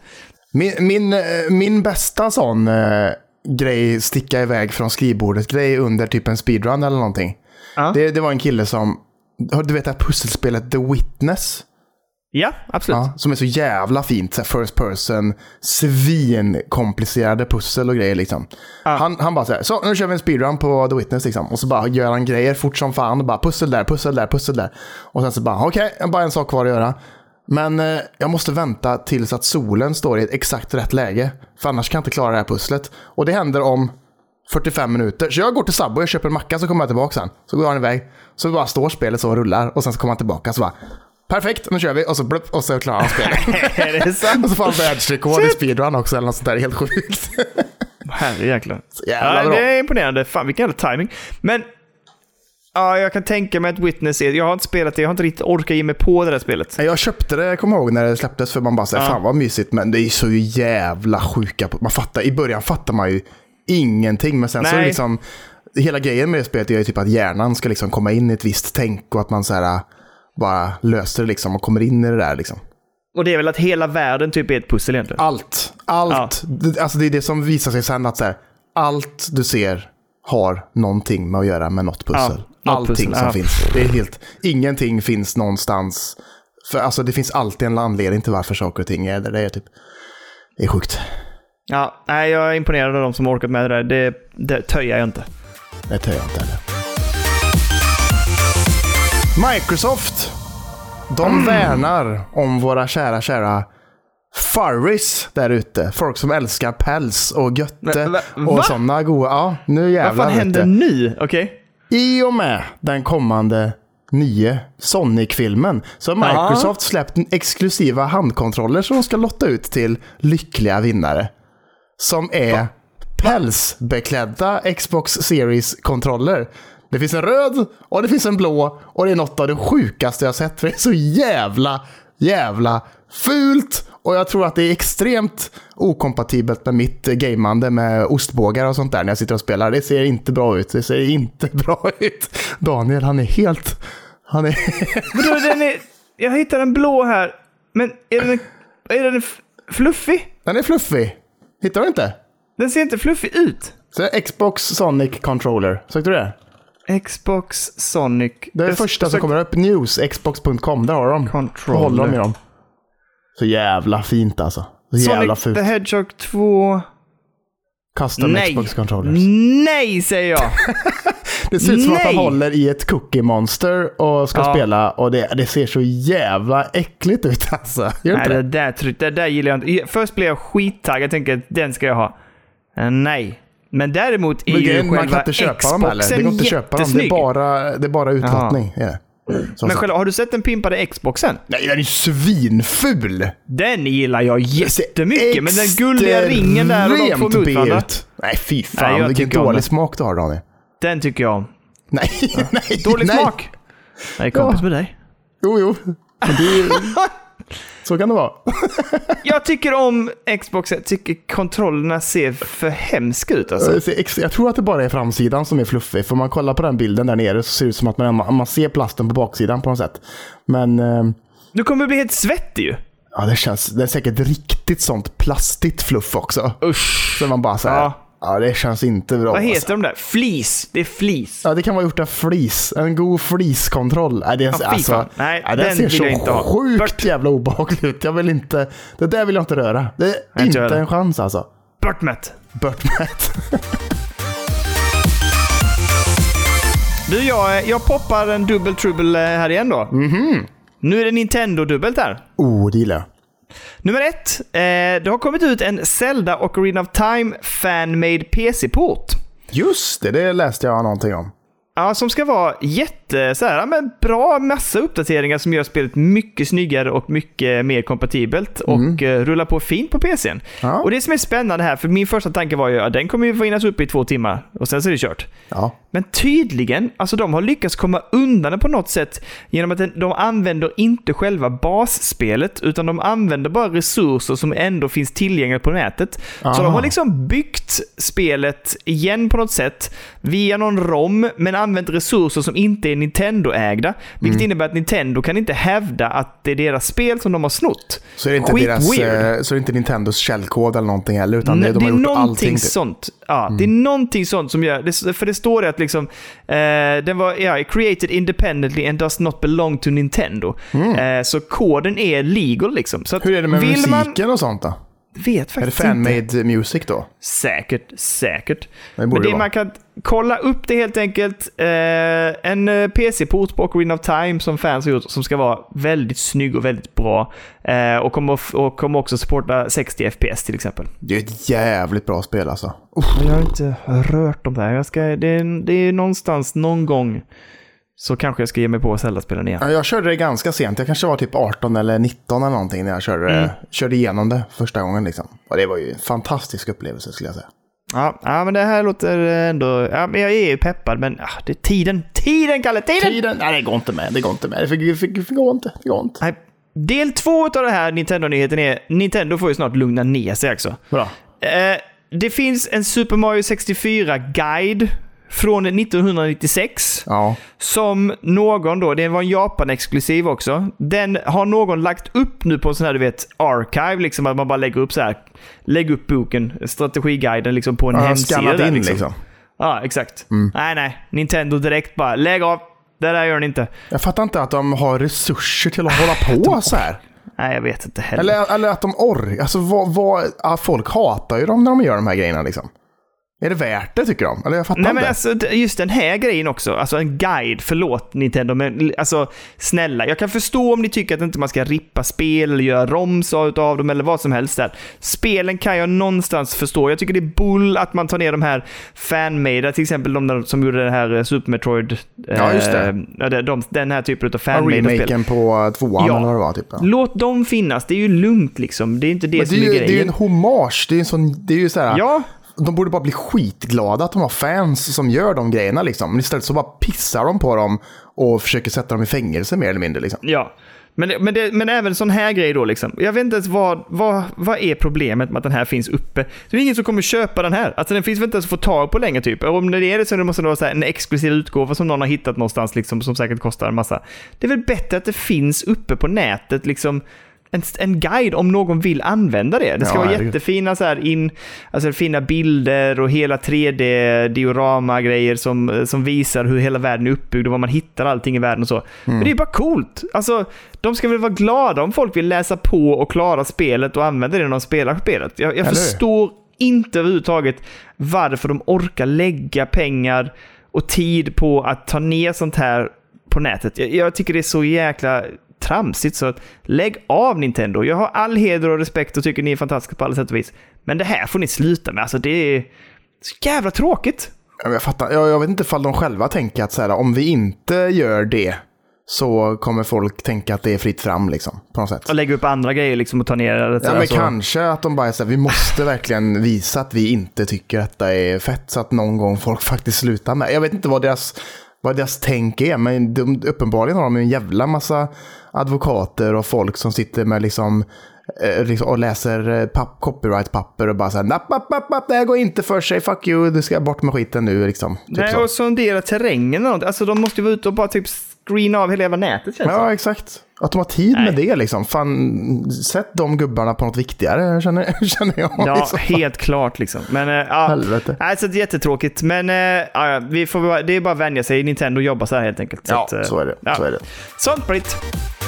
B: Min bästa sån grej, sticka iväg från skrivbordet grej under typ en speedrun eller någonting. Det var en kille som, du vet det här pusselspelet The Witness?
A: Ja, absolut.
B: Ja, som är så jävla fint, så first person, svinkomplicerade pussel och grejer liksom. Han bara säger, så nu kör vi en speedrun på The Witness liksom. Och så bara gör han grejer fort som fan och bara pussel där. Och sen så bara, okej, bara en sak kvar att göra. Men jag måste vänta tills att solen står i ett exakt rätt läge. För annars kan jag inte klara det här pusslet. Och det händer om 45 minuter. Så jag går till Subway och köper en macka, så kommer jag tillbaka sen. Så går han iväg. Så bara står spelet så och rullar. Och sen så kommer han tillbaka så bara, perfekt, nu kör vi. Och så blupp, och så klarar han spelet.
A: Är det sant?
B: Och så får han världsrekord i speedrun också eller något sånt där, helt sjukt.
A: Herrejäklar.
B: Jävla bra.
A: Det är imponerande. Fan, vilken jävla timing. Men ja, jag kan tänka mig att Witness är... Jag har inte spelat det, jag har inte riktigt orkat ge mig på det där spelet.
B: Jag köpte det, jag kommer ihåg när det släpptes, för man bara säger, fan vad mysigt, men det är så jävla sjuka. I början fattar man ju ingenting, men sen så är det liksom... Hela grejen med det spelet är ju typ att hjärnan ska liksom komma in i ett visst tänk och att man så här bara löser det liksom och kommer in i det där liksom.
A: Och det är väl att hela världen typ är ett pussel egentligen?
B: Allt. Alltså det är det som visar sig sen att så här, allt du ser har någonting med att göra med något pussel. Allting som finns. Det är helt... Ingenting finns någonstans. För alltså det finns alltid en anledning till varför saker och ting är där. Det är typ... Det är sjukt.
A: Ja, nej, jag är imponerad av de som har orkat med det där. Det töjar jag inte.
B: Det töjar jag inte heller. Microsoft, de värnar om våra kära furries där ute. Folk som älskar päls och götte och sådana goda. Ja, nu jävlar.
A: Vad fan händer nu? Okej.
B: I och med den kommande nya Sonic-filmen så har Microsoft släppt exklusiva handkontroller som de ska lotta ut till lyckliga vinnare. Som är pälsbeklädda Xbox Series-kontroller. Det finns en röd och det finns en blå och det är något av det sjukaste jag sett, för det är så jävla fult, och jag tror att det är extremt okompatibelt med mitt gamande med ostbågar och sånt där när jag sitter och spelar. Det ser inte bra ut. Daniel, han är helt...
A: Jag hittar en blå här, men är den fluffig?
B: Den är fluffig. Hittar du inte?
A: Den ser inte fluffig ut.
B: Så Xbox Sonic Controller. Såg du det?
A: Xbox Sonic.
B: Det är det första som kommer upp. News, xbox.com. Där har de.
A: Controller.
B: Håller de i dem. Så jävla fint alltså. Så jävla
A: Sonic
B: fult.
A: the Hedgehog 2.
B: Custom Xbox Controllers.
A: Nej, säger jag.
B: Det ser ut som att han håller i ett Cookie Monster och ska spela, och det ser så jävla äckligt ut alltså.
A: Nej, det där gillar jag inte. Först blev jag skittaggad. Jag tänker att den ska jag ha. Nej. Men däremot är ju
B: man kan inte köpa dem heller. Det går inte att köpa dem. Det är bara utlottning.
A: Men själv, har du sett den pimpade Xboxen?
B: Nej, den är svinful.
A: Den gillar jag jättemycket. Men den gulliga ringen där och de får mot varandra.
B: Nej, fy fan. Vilken dålig smak du har, Daniel.
A: Den tycker jag om.
B: Nej.
A: Dålig smak. Jag är kompis med dig.
B: Jo. Så kan det vara.
A: Jag tycker om Xbox. Jag tycker kontrollerna ser för hemska ut alltså.
B: Jag tror att det bara är framsidan som är fluffig. För man kollar på den bilden där nere så ser det ut som att man ser plasten på baksidan på något sätt. Men...
A: Du kommer bli helt svettig ju.
B: Ja, det är säkert riktigt sånt plastigt fluff också.
A: Usch.
B: Så man bara så här... Ja, det känns inte bra.
A: Vad heter de där? Flis. Det är flis.
B: Ja, det kan vara gjort av flis. En god fliskontroll. Nej, det är
A: Nej,
B: den ser så inte sjukt jävla obehagligt ut. Jag vill inte... Det där vill jag inte röra. Det är inte en chans alltså.
A: Burtmet. Du, jag poppar en Double Trouble här igen då. Nu är det Nintendo-dubbelt här.
B: Det gillar jag.
A: Nummer 1. Det har kommit ut en Zelda Ocarina of Time fan-made PC-port.
B: Just det läste jag någonting om.
A: Ja, som ska vara men bra massa uppdateringar som gör spelet mycket snyggare och mycket mer kompatibelt och rullar på fint på PC:n. Ja. Och det som är spännande här, för min första tanke var ju att den kommer ju finnas uppe i 2 timmar och sen så är det kört.
B: Ja.
A: Men tydligen, alltså de har lyckats komma undan det på något sätt genom att de använder inte själva basspelet utan de använder bara resurser som ändå finns tillgängliga på nätet. Aha. Så de har liksom byggt spelet igen på något sätt via någon ROM men använt resurser som inte är Nintendo-ägda. Vilket innebär att Nintendo kan inte hävda att det är deras spel som de har snott.
B: Så är det inte så är det inte Nintendos källkod eller någonting heller utan
A: de
B: har gjort
A: någonting
B: allting
A: sånt. Ja, det är någonting sånt som gör det, för det står det att liksom den var created independently and does not belong to Nintendo. Så koden är legal liksom. Så att
B: hur är det med musiken och sånt då?
A: Vet faktiskt
B: inte. Är det fan-made music då?
A: Säkert. Men det man kan kolla upp det helt enkelt. En PC-port på Ocarina of Time som fans har gjort som ska vara väldigt snygg och väldigt bra. Och kommer också supporta 60 FPS till exempel.
B: Det är ett jävligt bra spel alltså.
A: Jag har inte rört dem där. Det är någonstans någon gång så kanske jag ska ge mig på att Zelda-spelen igen.
B: Jag körde det ganska sent. Jag kanske var typ 18 eller 19 eller någonting när jag körde igenom det första gången liksom. Och det var ju en fantastisk upplevelse skulle jag säga.
A: Ja, men det här låter ändå... Ja, men jag är ju peppad, men det är tiden. Tiden, Kalle! Tiden!
B: Nej, det går inte med. Det går inte.
A: Nej, del 2 av det här Nintendo-nyheten är... Nintendo får ju snart lugna ner sig också.
B: Bra.
A: Det finns en Super Mario 64-guide från 1996 som någon då, det var en Japan-exklusiv också, den har någon lagt upp nu på en sån här, du vet, archive liksom, att man bara lägger upp så här, lägger upp boken, strategiguiden liksom på en hemsida där, liksom. Ja, exakt. Nej, Nintendo direkt bara, lägg av, det där gör ni inte.
B: Jag fattar inte att de har resurser till att hålla på så här.
A: Nej, jag vet inte heller.
B: Eller att de alltså folk hatar ju dem när de gör de här grejerna liksom. Är det värt det tycker de? Eller jag fattar inte.
A: Men alltså, just den här grejen också. Alltså en guide, förlåt Nintendo. Men alltså, snälla. Jag kan förstå om ni tycker att inte man ska rippa spel eller göra roms av dem eller vad som helst där. Spelen kan jag någonstans förstå. Jag tycker det är bull att man tar ner de här fanmade, till exempel de som gjorde det här Super Metroid.
B: Ja, just det.
A: Den här typen av fanmade spel.
B: Remaken på 2an eller vad det var typ. Ja.
A: Låt dem finnas. Det är ju lugnt liksom. Det är inte det som är grejen.
B: Det är ju en hommage. Det är ju så här.
A: Ja.
B: De borde bara bli skitglada att de har fans som gör de grejerna liksom. Men istället så bara pissar de på dem och försöker sätta dem i fängelse mer eller mindre liksom.
A: Ja, men även sån här grej då liksom. Jag vet inte ens vad är problemet med att den här finns uppe. Det är ingen som kommer köpa den här. Alltså den finns väl inte ens att få tag på länge typ. Och om det är det så måste det vara så här en exklusiv utgåva som någon har hittat någonstans liksom, som säkert kostar en massa. Det är väl bättre att det finns uppe på nätet liksom. En guide om någon vill använda det. Det ska vara jättefina så här alltså fina bilder och hela 3D-diorama-grejer som visar hur hela världen är uppbyggd och var man hittar allting i världen och så. Men det är bara coolt. Alltså, de ska väl vara glada om folk vill läsa på och klara spelet och använda det när de spelar spelet. Jag förstår inte överhuvudtaget varför de orkar lägga pengar och tid på att ta ner sånt här på nätet. Jag tycker det är så jäkla tramsigt, så att lägg av Nintendo. Jag har all heder och respekt och tycker ni är fantastiska på alla sätt och vis. Men det här får ni sluta med. Alltså det är så jävla tråkigt.
B: Jag fattar. Jag vet inte ifall de själva tänker att så här, om vi inte gör det så kommer folk tänka att det är fritt fram liksom, på något sätt.
A: Och lägga upp andra grejer liksom och ta ner det.
B: Ja, men kanske att de bara säger vi måste verkligen visa att vi inte tycker att detta är fett så att någon gång folk faktiskt slutar med. Jag vet inte vad deras tänk är, men uppenbarligen har de en jävla massa advokater och folk som sitter med liksom och läser copyright-papper och bara såhär napp, det här går inte för sig, fuck you, du ska bort med skiten nu liksom.
A: Nej, och sondera terrängen. Alltså de måste ju vara ute och bara typ screena av hela jävla nätet, känns det.
B: Ja, exakt. Att de har tid med det liksom. Fan, sätt de gubbarna på något viktigare, känner jag.
A: Ja, helt klart liksom. Men
B: helvete.
A: Så det är jättetråkigt. Men vi får, det är bara att vänja sig. Nintendo jobbar så här helt enkelt.
B: Ja,
A: så
B: är det.
A: Ja.
B: Så är det.
A: Sånt Britt.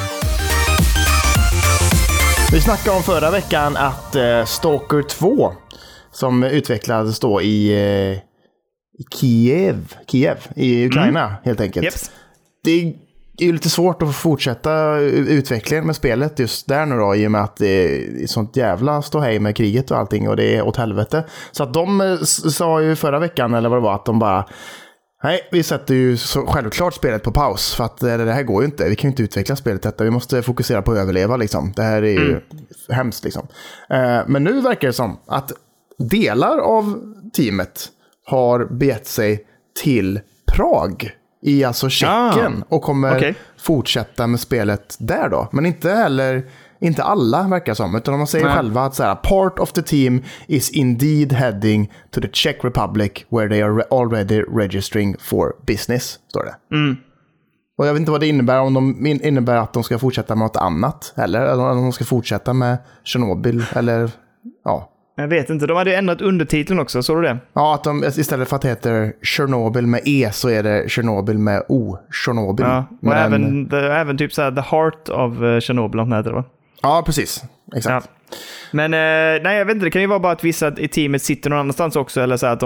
B: Vi snackade om förra veckan att Stalker 2, som utvecklades då i Kiev i Ukraina helt enkelt.
A: Yep.
B: Det är ju lite svårt att fortsätta utvecklingen med spelet just där nu då, i och med att det är sånt jävla ståhej med kriget och allting, och det är åt helvete. Så att de sa ju förra veckan, eller vad det var, att de bara nej, vi sätter ju självklart spelet på paus, för att det här går ju inte. Vi kan ju inte utveckla spelet detta. Vi måste fokusera på att överleva liksom. Det här är ju hemskt liksom. Men nu verkar det som att delar av teamet har begett sig till Prag i alltså Tjeckien och kommer fortsätta med spelet där då. Men inte alla verkar som, utan de säger själva att så här, part of the team is indeed heading to the Czech Republic where they are already registering for business, står det. Och jag vet inte vad det innebär, om de innebär att de ska fortsätta med något annat, eller om de ska fortsätta med Chernobyl, eller ja.
A: Jag vet inte, de hade ju ändrat undertiteln också, såg du det?
B: Ja, att de istället för att det heter Chernobyl med E så är det Chernobyl med O. Chernobyl.
A: Ja, och även typ så här The Heart of Chernobyl, om det heter det, va?
B: Ja, precis. Exakt.
A: Ja. Men nej, jag vet inte, det kan ju vara bara att vissa i teamet sitter någon annanstans också, eller så att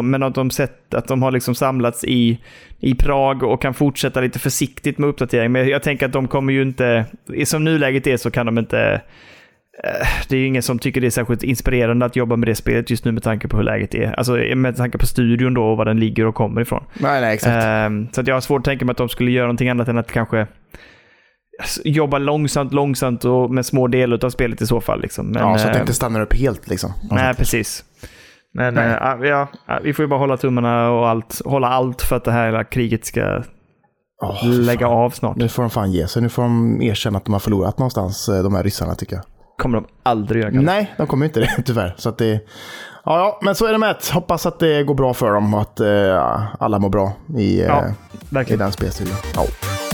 A: de har liksom samlats i Prag och kan fortsätta lite försiktigt med uppdatering. Men jag tänker att de kommer ju inte, som nuläget är så kan de inte, det är ju ingen som tycker det är särskilt inspirerande att jobba med det spelet just nu med tanke på hur läget är. Alltså med tanke på studion då och var den ligger och kommer ifrån.
B: Nej, exakt.
A: Så att jag har svårt att tänka mig att de skulle göra någonting annat än att kanske jobba långsamt och med små delar av spelet i så fall. Liksom. Men,
B: ja, så att det inte stannar upp helt liksom.
A: Nej, precis. Men vi får ju bara hålla tummarna och hålla allt för att det här kriget ska lägga av snart. Nu
B: får de fan ge sig. Nu får de erkänna att de har förlorat någonstans, de här ryssarna, tycker jag.
A: Kommer de aldrig göra.
B: Nej, de kommer inte det, tyvärr. Så att det... Ja, men så är det med det. Hoppas att det går bra för dem och att alla mår bra i den spelstudion. Ja.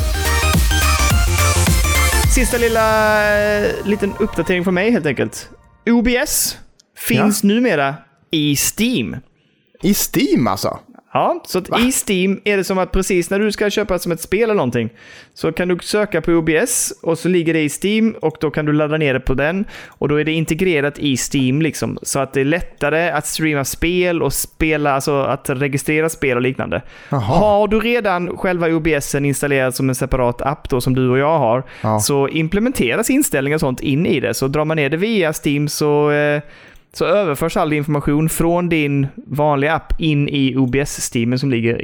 A: Sista liten uppdatering från mig helt enkelt. OBS finns numera i Steam.
B: I Steam alltså?
A: Ja, så att i Steam är det som att precis när du ska köpa som ett spel eller någonting så kan du söka på OBS och så ligger det i Steam och då kan du ladda ner det på den och då är det integrerat i Steam liksom, så att det är lättare att streama spel och spela, alltså att registrera spel och liknande. Aha. Har du redan själva OBSen installerad som en separat app då som du och jag har, så implementeras inställningar och sånt in i det, så drar man ner det via Steam så överförs all information från din vanliga app in i OBS-studion som ligger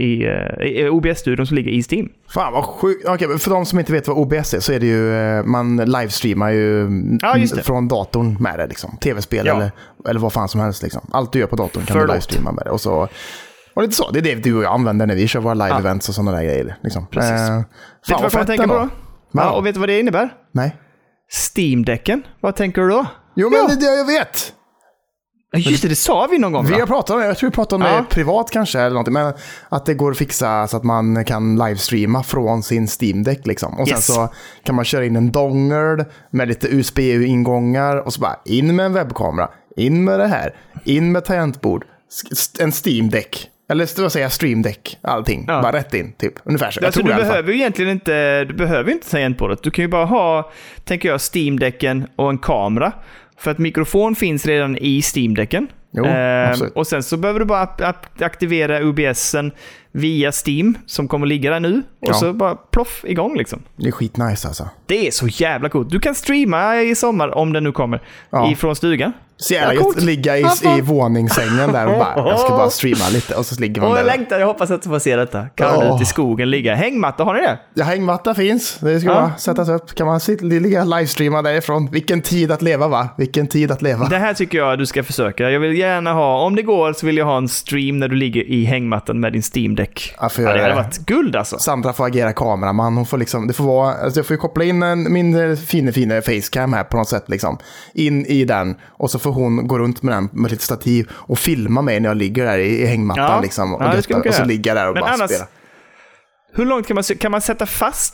A: i Steam. Fan vad sjukt. Okej, för de som inte vet vad OBS är så är det ju, man livestreamar ju från datorn med det liksom. TV-spel eller vad fan som helst liksom. Allt du gör på datorn kan du livestreama med det. Och lite så, det är det du och jag använder när vi kör våra live-events och sådana där grejer. Liksom. Precis. Vet du vad jag kommer tänka på då? Ja, och vet du vad det innebär?
B: Nej.
A: Steam-däcken. Vad tänker du då?
B: Jo, men det är det jag vet.
A: Just det sa vi någon gång.
B: Vi har pratat om det, jag tror vi pratade om det privat kanske eller någonting, men att det går att fixa så att man kan livestreama från sin Steam-däck liksom. Och sen så kan man köra in en dongle med lite USB-ingångar och så bara in med en webbkamera, in med det här, in med tangentbord, en Steam-däck. Eller vad säger jag, streamdeck, allting. Bara rätt in, typ. Ungefär så.
A: Alltså, du behöver ju egentligen inte tangentbordet. Du kan ju bara ha, tänker jag, Steam-däcken och en kamera. För att mikrofon finns redan i Steam-däcken. Och sen så behöver du bara aktivera OBSen via Steam som kommer ligga där nu. Och så bara ploff igång liksom.
B: Det är skitnice alltså.
A: Det är så jävla coolt. Du kan streama i sommar om den nu kommer ifrån stugan.
B: Så jävla ligga i våningssängen där och bara, jag ska bara streama lite och så ligger man där.
A: Jag längtar, jag hoppas att du får se detta. Kan du ute i skogen ligga? Hängmatta, har ni det?
B: Ja, hängmatta finns. Det ska bara sättas upp. Kan man ligga livestreama därifrån? Vilken tid att leva, va? Vilken tid att leva. Det
A: här tycker jag du ska försöka. Jag vill gärna ha, om det går så vill jag ha en stream när du ligger i hängmattan med din Steam-däck. Ja, det hade varit guld alltså. Sandra
B: får agera kameraman. Hon får liksom, det får vara, alltså jag får ju koppla in min fina facecam här på något sätt liksom. In i den och så får hon gå runt med den med lite stativ och filma mig när jag ligger där i hängmattan liksom, och så ligger jag där och bara spela.
A: Hur långt kan man sätta fast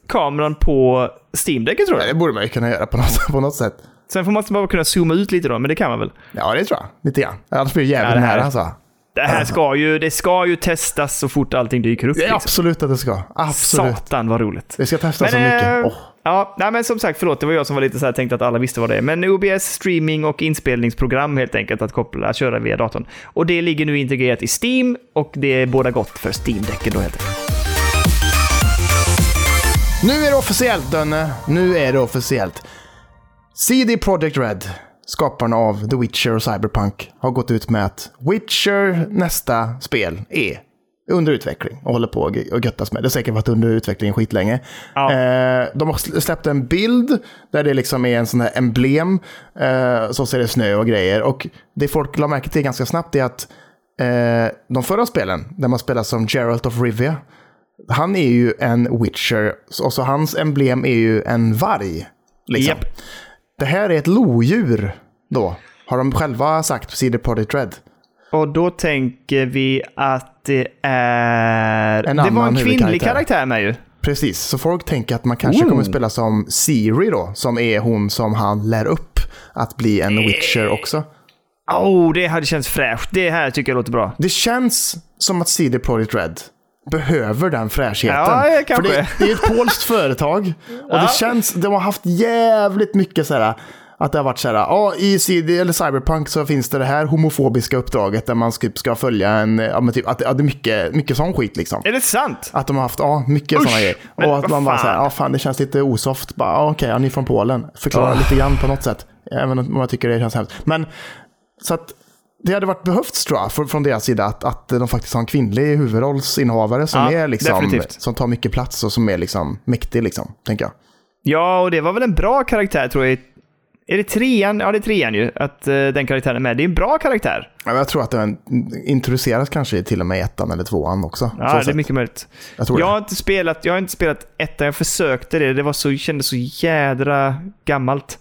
A: kameran på Steam-däcket tror jag.
B: Det borde man ju kunna göra på något sätt.
A: Sen får man bara kunna zooma ut lite då, men det kan man väl?
B: Ja, det tror jag. Lite grann. Annars blir det jävligt nära alltså.
A: Det här ska ju testas så fort allting dyker upp.
B: Det är absolut att det ska. Absolut.
A: Satan vad roligt.
B: Det ska testas så mycket.
A: Ja, nej, men som sagt, förlåt, det var jag som var lite så här tänkte att alla visste vad det är. Men OBS streaming och inspelningsprogram helt enkelt att köra via datorn. Och det ligger nu integrerat i Steam och det är båda gott för Steam-däcken då helt enkelt.
B: Nu är det officiellt, Dönne. Nu är det officiellt. CD Projekt Red, skaparna av The Witcher och Cyberpunk, har gått ut med att Witcher, nästa spel, är under utveckling och håller på och göttas med. Det har säkert varit under utveckling skitlänge. Ja. De har släppt en bild där det liksom är en sån här emblem, så ser det snö och grejer. Och det folk la märke till ganska snabbt är att de förra spelen, där man spelar som Geralt of Rivia, han är ju en Witcher, och så hans emblem är ju en varg. Liksom. Yep. Det här är ett lodjur då, har de själva sagt på CD Projekt Red.
A: Och då tänker vi att det är... Det var en kvinnlig karaktär med ju.
B: Precis, så folk tänker att man kanske kommer spela som Ciri då, som är hon som han lär upp att bli en Witcher också.
A: Det hade känts fräscht. Det här tycker jag låter bra.
B: Det känns som att CD Projekt Red behöver den fräschheten.
A: Ja,
B: för det är ett polskt företag och det känns, de har haft jävligt mycket så här, att det har varit så här, i CD eller Cyberpunk så finns det här homofobiska uppdraget där man ska följa att det är mycket sån skit liksom.
A: Är det sant?
B: Att de har haft mycket såna grejer. Och att man bara så här, fan det känns lite osoft. Okej, ni är från Polen. Förklara lite grann på något sätt. Även om jag tycker det känns hemskt. Men så att det hade varit behövts tror jag från deras sida att de faktiskt har en kvinnlig huvudrollsinnehavare som är liksom definitivt. Som tar mycket plats och som är liksom mäktig liksom, tänker jag.
A: Ja, och det var väl en bra karaktär tror jag. Är det 3:an? Ja, det är 3:an ju. Att den karaktären är med. Det är en bra karaktär.
B: Ja, jag tror att den introduceras kanske till och med 1:an eller 2:an också.
A: Ja, det är mycket möjligt. Jag har inte spelat 1:an. Jag försökte det. Det kändes så jädra gammalt.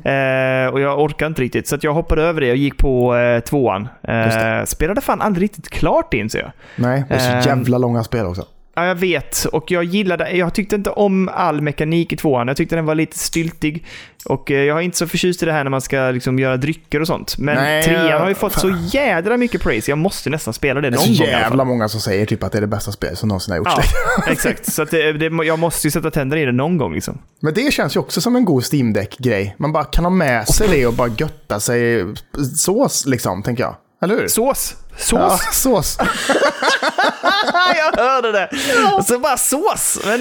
A: Och jag orkade inte riktigt. Så att jag hoppade över det och gick på 2:an. Spelade fan aldrig riktigt klart in, så jag.
B: Nej, det är så jävla långa spel också.
A: Ja, jag vet. Och jag tyckte inte om all mekanik i 2:an. Jag tyckte den var lite styltig. Och jag är inte så förtjust i det här när man ska liksom göra drycker och sånt. Men 3:an har ju fått så jädra mycket praise. Jag måste nästan spela det någon gång.
B: Det är så jävla många som säger typ att det är det bästa spel som någonsin har gjorts.
A: Ja, exakt. Så att jag måste ju sätta tänder i det någon gång liksom.
B: Men det känns ju också som en god Steam Deck-grej. Man bara kan ha med sig det och bara götta sig sås liksom, tänker jag. Eller hur?
A: Sås?
B: Ja, sås.
A: Jag hörde det. Så bara sås. Men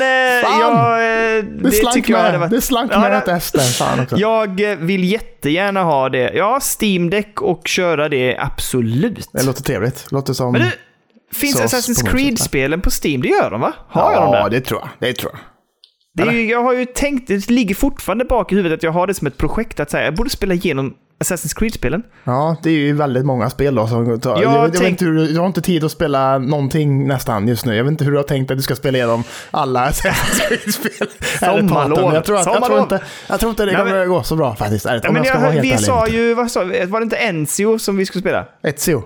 B: det tycker jag hade varit... Det slank med ett ästen. Fan också.
A: Jag vill jättegärna ha det. Ja, Steam Deck och köra det, absolut.
B: Det låter trevligt. Låter som...
A: Men finns Assassin's Creed-spelen på Steam? Det gör de, va? Har jag dem där?
B: Ja, det tror jag.
A: Jag har ju tänkt, det ligger fortfarande bak i huvudet att jag har det som ett projekt att säga, jag borde spela igenom Assassin's Creed-spelen.
B: Ja, det är ju väldigt många spel då. Jag vet inte du har inte tid att spela någonting nästan just nu. Jag vet inte hur du har tänkt att du ska spela igenom alla Assassin's Creed-spel.
A: Sommarlov.
B: Jag tror inte det kommer gå så bra faktiskt.
A: Vi sa ju, var det inte Ezio som vi skulle spela?
B: Ezio.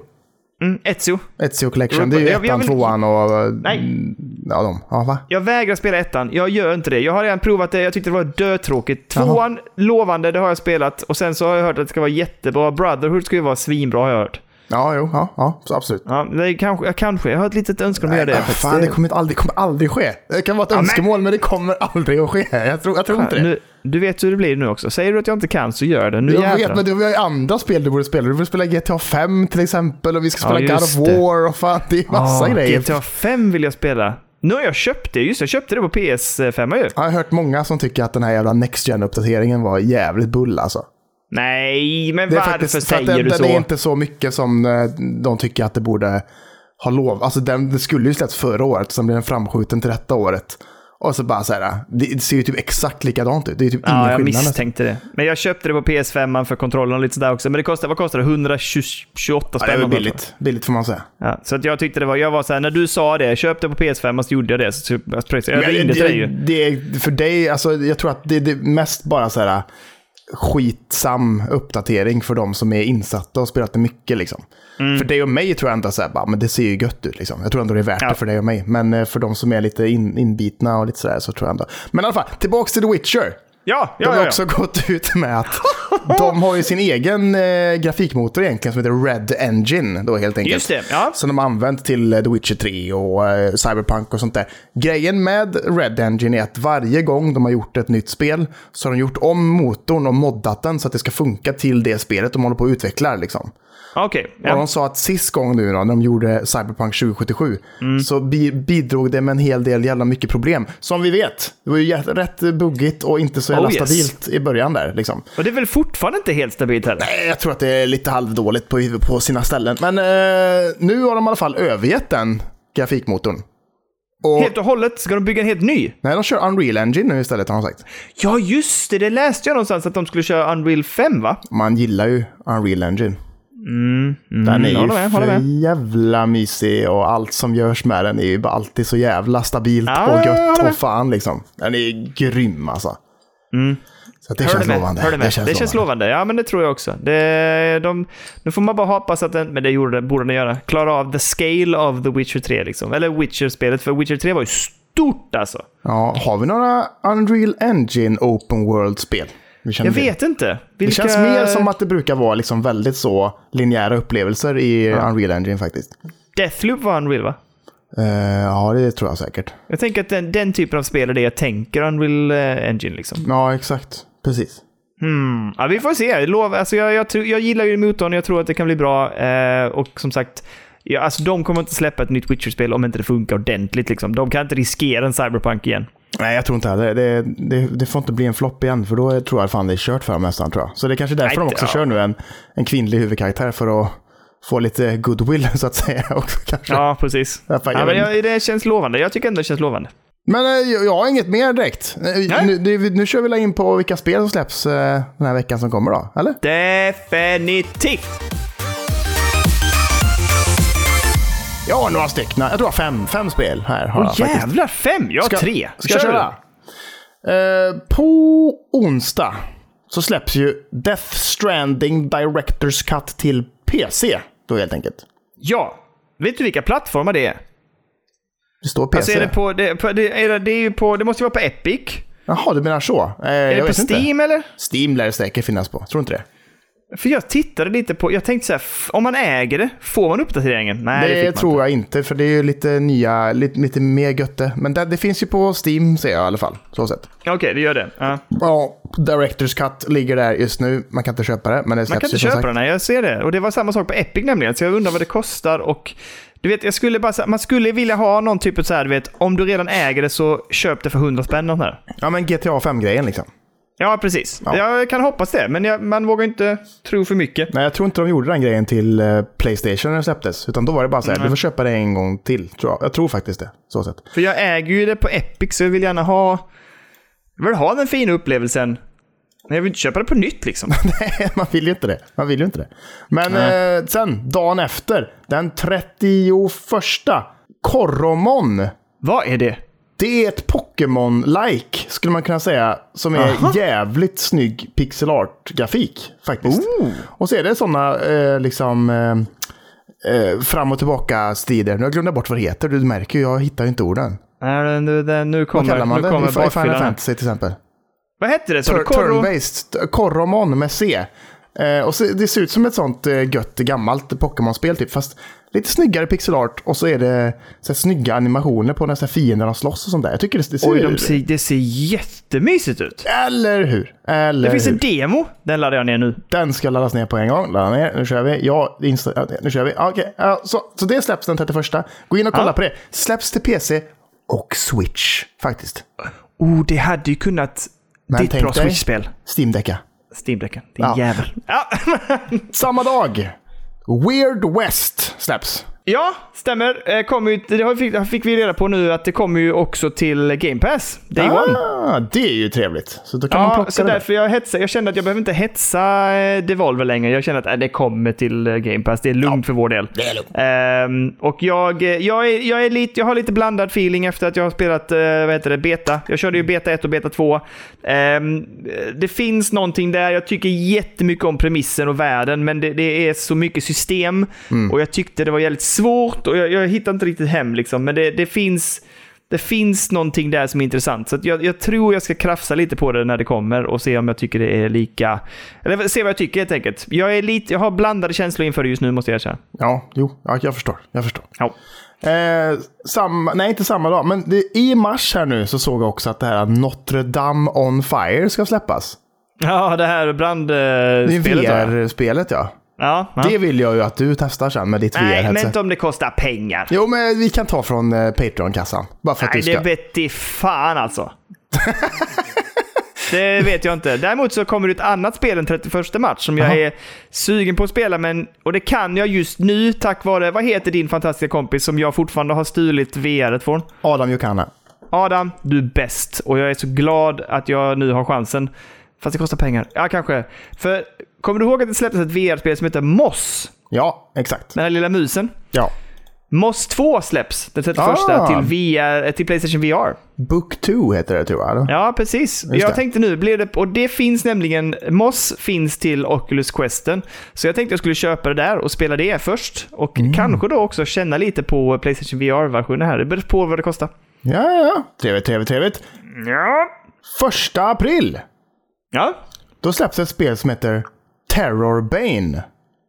B: Ezio Collection, det är ju 1:an, 2:an och...
A: Nej.
B: Ja, va?
A: Jag vägrar spela 1:an, jag gör inte det. Jag har redan provat det, jag tyckte det var dötråkigt. 2:an, lovande, det har jag spelat. Och sen så har jag hört att det ska vara jättebra. Brotherhood ska ju vara svinbra, har jag hört.
B: Ja, så absolut.
A: Ja, det kanske. Jag har ett litet önskan om att göra det.
B: Fan, det kommer aldrig ske. Det kan vara ett önskemål, men det kommer aldrig att ske. Jag tror inte det.
A: Du vet hur det blir nu också. Säger du att jag inte kan så gör det.
B: Jag vet, men det var ju andra spel du borde spela. Du borde spela GTA 5 till exempel. Och vi ska spela God of War och fan, det är massa grejer.
A: GTA 5 vill jag spela. Nu har jag köpt det. Jag köpte det på PS5 ju.
B: Jag har hört många som tycker att den här jävla Next Gen-uppdateringen var jävligt bull alltså.
A: Nej, men varför säger du så?
B: Den är inte så mycket som de tycker att det borde ha lov. Alltså det skulle ju släppas förra året, sen blev den framskjuten till detta året. Och så bara så här, det ser ju typ exakt likadant ut. Det är typ ingen skillnad.
A: Jag misstänkte det. Men jag köpte det på PS5 för kontrollen och lite sådär också. Men vad kostade det? 128 spänn.
B: Det var billigt får man säga.
A: Ja, så att jag tyckte jag var så här, när du sa det, jag köpte på PS5 så gjorde jag det. Så jag ringde till dig ju.
B: Det är för dig, alltså jag tror att det är mest bara så här skitsam uppdatering för de som är insatta och spelat det mycket liksom. För dig och mig tror jag ändå så här, men det ser ju gött ut liksom. Jag tror ändå det är värt det för dig och mig. Men för de som är lite inbitna och lite sådär så tror jag ändå. Men i alla fall, tillbaks till The Witcher. De har också gått ut med att de har ju sin egen grafikmotor egentligen som heter Red Engine då helt enkelt.
A: Just det, ja.
B: Som de har använt till The Witcher 3 och Cyberpunk och sånt där. Grejen med Red Engine är att varje gång de har gjort ett nytt spel så har de gjort om motorn och moddat den så att det ska funka till det spelet de håller på att utveckla liksom.
A: Okay,
B: ja. Och de sa att sist gång nu då, när de gjorde Cyberpunk 2077 så bidrog det med en hel del jävla mycket problem. Som vi vet, det var ju rätt buggigt och inte så jävla stabilt i början där liksom.
A: Och det är väl fortfarande inte helt stabilt heller?
B: Nej, jag tror att det är lite halvdåligt på sina ställen. Men nu har de i alla fall övergett den grafikmotorn. Och
A: helt och hållet? Ska de bygga en helt ny?
B: Nej, de kör Unreal Engine nu istället har de sagt.
A: Ja, just det. Det läste jag någonstans att de skulle köra Unreal 5, va?
B: Man gillar ju Unreal Engine. Den är ju för jävla mysig och allt som görs med den är ju bara alltid så jävla stabilt och gött och fan liksom. Den är grym alltså. Så det känns lovande.
A: Det känns lovande. Ja, men det tror jag också. Nu får man bara hoppas att den, men det borde den göra. Klara av the scale of The Witcher 3 liksom. Eller Witcher-spelet, för Witcher 3 var ju stort alltså.
B: Ja, har vi några Unreal Engine Open World-spel?
A: Jag vet inte.
B: Det känns mer som att det brukar vara liksom väldigt så linjära upplevelser i Unreal Engine faktiskt.
A: Deathloop var Unreal, va?
B: Ja, det tror jag säkert.
A: Jag tänker att den typen av spel är det jag tänker Unreal Engine liksom.
B: Ja, exakt. Precis.
A: Ja, vi får se. Alltså, jag gillar ju motorn och jag tror att det kan bli bra. Och som sagt, alltså, de kommer inte släppa ett nytt Witcher-spel om inte det funkar ordentligt. Liksom. De kan inte riskera en Cyberpunk igen.
B: Nej, jag tror inte det. Det får inte bli en flopp igen, för då tror jag fan det är kört för dem nästan, tror jag. Så det är kanske därför de också kör nu en kvinnlig huvudkaraktär för att få lite goodwill så att säga också kanske.
A: Ja, precis. Men det känns lovande. Jag tycker ändå det känns lovande.
B: Men jag har inget mer direkt. Nu kör vi in på vilka spel som släpps den här veckan som kommer då, eller?
A: Definitivt!
B: Ja, några stycken. Jag tror jag har fem spel här. Har
A: jävlar, 5? Jag har 3.
B: Ska jag köra? På onsdag så släpps ju Death Stranding Director's Cut till PC då helt enkelt. Ja.
A: Vet du vilka plattformar det är?
B: Det står PC.
A: Alltså det måste ju vara på Epic.
B: Jaha, du menar så.
A: Är det på Steam inte. Eller?
B: Steam lär det säkert finnas på. Tror inte det?
A: För jag tittade lite på, jag tänkte så här, om man äger det, får man uppdateringen? Nej,
B: det tror jag inte, för det är ju lite nya, lite mer götte. Men det finns ju på Steam, ser jag i alla fall. Så sett.
A: Okej, det gör det.
B: Ja, Director's Cut ligger där just nu. Man kan inte köpa det, men det släpps.
A: Man kan inte köpa det, nej, jag ser det. Och det var samma sak på Epic nämligen, så jag undrar vad det kostar. Och du vet, man skulle vilja ha någon typ av så här, du vet, om du redan äger det så köp det för 100 spänn här.
B: Ja, men GTA 5-grejen liksom.
A: Ja, precis. Ja. Jag kan hoppas det, men man vågar inte tro för mycket.
B: Nej, jag tror inte de gjorde den grejen till PlayStation när det släpptes. Utan då var det bara så här, du får köpa det en gång till. Jag tror faktiskt det, så sett.
A: För jag äger ju det på Epic, så jag vill gärna ha den fina upplevelsen. Men jag vill inte köpa det på nytt liksom.
B: Nej, man vill ju inte det. Men sen, dagen efter, den 31, Coromon.
A: Vad är det?
B: Det är ett Pokémon-like, skulle man kunna säga, som är jävligt snygg pixel art-grafik, faktiskt. Och så är det sådana fram och tillbaka strider. Nu har jag glömt bort vad det heter, du märker ju, jag hittar ju inte orden.
A: Nu kommer
B: i Final Fantasy till exempel.
A: Vad heter det?
B: Turn-based, Coromon med C. Och så, det ser ut som ett sånt gött gammalt Pokémon-spel typ, fast lite snyggare pixelart, och så är det så här snygga animationer på nästan fienderna slåss och sånt där. Jag tycker
A: det ser jättemysigt ut.
B: Eller hur?
A: Det finns en demo, den laddar jag ner nu.
B: Den ska laddas ner på en gång. Ladda ner, nu kör vi. Nu kör vi. Okej. Så det släpps den 31. Gå in och kolla på det. Släpps till PC och Switch, faktiskt.
A: Det hade ju kunnat... Men ditt bra Switch-spel.
B: Steam-däcka.
A: Din jävel. Ja.
B: Samma dag. Weird West släpps.
A: Ja, stämmer. Det fick vi reda på nu att det kommer ju också till Game Pass. Day One.
B: Det är ju trevligt. Så då kan man plocka
A: så
B: det.
A: därför jag kände att jag behöver inte hetsa Devolver längre. Jag känner att det kommer till Game Pass. Det är lugnt för vår del.
B: Det är lugnt.
A: Och jag har lite blandad feeling efter att jag har spelat beta. Jag körde ju beta 1 och beta 2. Det finns någonting där. Jag tycker jättemycket om premissen och världen, men det är så mycket system och jag tyckte det var jävligt svårt och jag hittar inte riktigt hem liksom, men det finns någonting där som är intressant, så att jag tror jag ska krafsa lite på det när det kommer och se om jag tycker det är lika, eller se vad jag tycker helt enkelt. Jag har blandade känslor inför det just nu, måste jag erkänna.
B: Ja, jag förstår.
A: Ja.
B: Inte samma dag, men i mars här nu så såg jag också att det här Notre Dame on Fire ska släppas.
A: Ja, det här brandspelet.
B: Det är VR-spelet, ja.
A: Ja.
B: Det vill jag ju att du testar sen med ditt VR-headset.
A: Nej, men inte om det kostar pengar.
B: Jo, men vi kan ta från Patreon-kassan. Bara för att du ska.
A: Nej, det vet i fan alltså. Det vet jag inte. Däremot så kommer det ett annat spel den 31 mars som jag är sugen på att spela, och det kan jag just nu tack vare, vad heter din fantastiska kompis som jag fortfarande har stulit VR:et från?
B: Adam Jokana.
A: Adam, du är bäst och jag är så glad att jag nu har chansen. Fast det kostar pengar. Ja, kanske. För kommer du ihåg att det släpptes ett VR-spel som heter Moss?
B: Ja, exakt.
A: Den här lilla musen?
B: Ja.
A: Moss 2 släpps den 31 till PlayStation VR.
B: Book 2 heter det, tror jag.
A: Ja, precis. Jag tänkte nu, och det finns nämligen, Moss finns till Oculus Questen. Så jag tänkte jag skulle köpa det där och spela det först. Och kanske då också känna lite på PlayStation VR-versionen här. Det beror på vad det kostar.
B: Ja. Trevligt.
A: Ja.
B: 1 april.
A: Ja.
B: Då släpps ett spel som heter Terror Bane.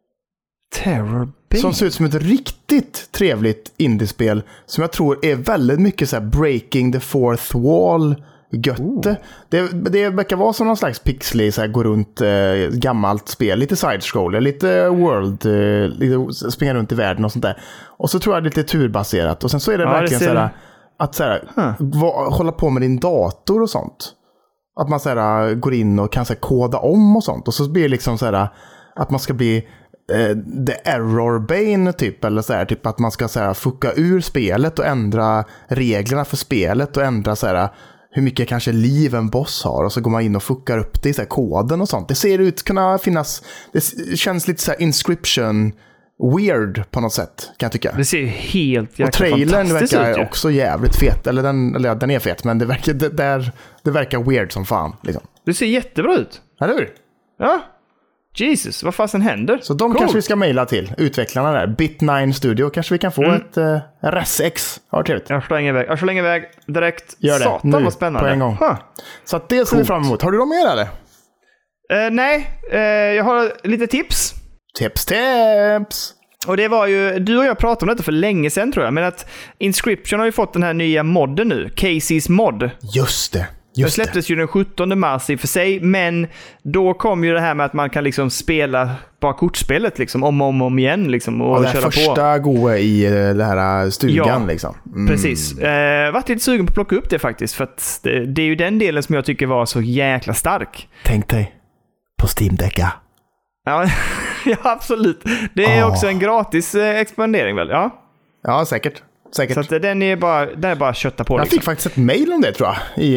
B: Som ser ut som ett riktigt trevligt indiespel som jag tror är väldigt mycket så här breaking the fourth wall götte. Det verkar vara som någon slags pixlig så här, gå runt gammalt spel, lite side-scroller, lite world, lite springa runt i världen och sånt där. Och så tror jag det är lite turbaserat och sen så är det verkligen så här att så här, hålla på med din dator och sånt. Att man så här, går in och kan så här, koda om och sånt och så blir det liksom så här att man ska bli the error bane typ, eller så här, typ att man ska så här, fucka ur spelet och ändra reglerna för spelet och ändra så här, hur mycket kanske liv en boss har och så går man in och fuckar upp det i så här, koden och sånt. Det ser ut kunna finnas, det känns lite så här Inscription weird på något sätt, kan jag tycka.
A: Det ser helt jäkla
B: och trailern verkar
A: ut,
B: också jävligt fet, eller den är fet, men det verkar weird som fan liksom.
A: Det ser jättebra ut.
B: Eller hur?
A: Ja. Jesus, vad fasen händer?
B: Så de kanske vi ska mejla till, utvecklarna där. Bit9 Studio, kanske vi kan få ett RSX. Ja, trevligt.
A: Jag slänger iväg direkt.
B: Gör det,
A: Satan,
B: nu,
A: vad spännande.
B: på en gång. Så att det ser vi fram emot. Har du något mer eller?
A: Nej, jag har lite tips.
B: Tips!
A: Och det var ju, du och jag pratade om detta för länge sedan tror jag, men att Inscription har ju fått den här nya modden nu, Casey's mod.
B: Just det.
A: Det släpptes ju den 17 mars i och för sig, men då kom ju det här med att man kan liksom spela bara kortspelet liksom, om igen liksom, och
B: det
A: köra på.
B: Första goa i det här stugan liksom.
A: Precis. Vart lite sugen på att plocka upp det faktiskt, för att det är ju den delen som jag tycker var så jäkla stark.
B: Tänk dig på Steam Deck.
A: Ja, ja, absolut. Det är också en gratis expandering väl?
B: Ja, säkert.
A: Så att den är bara att kötta på.
B: Jag fick faktiskt ett mejl om det tror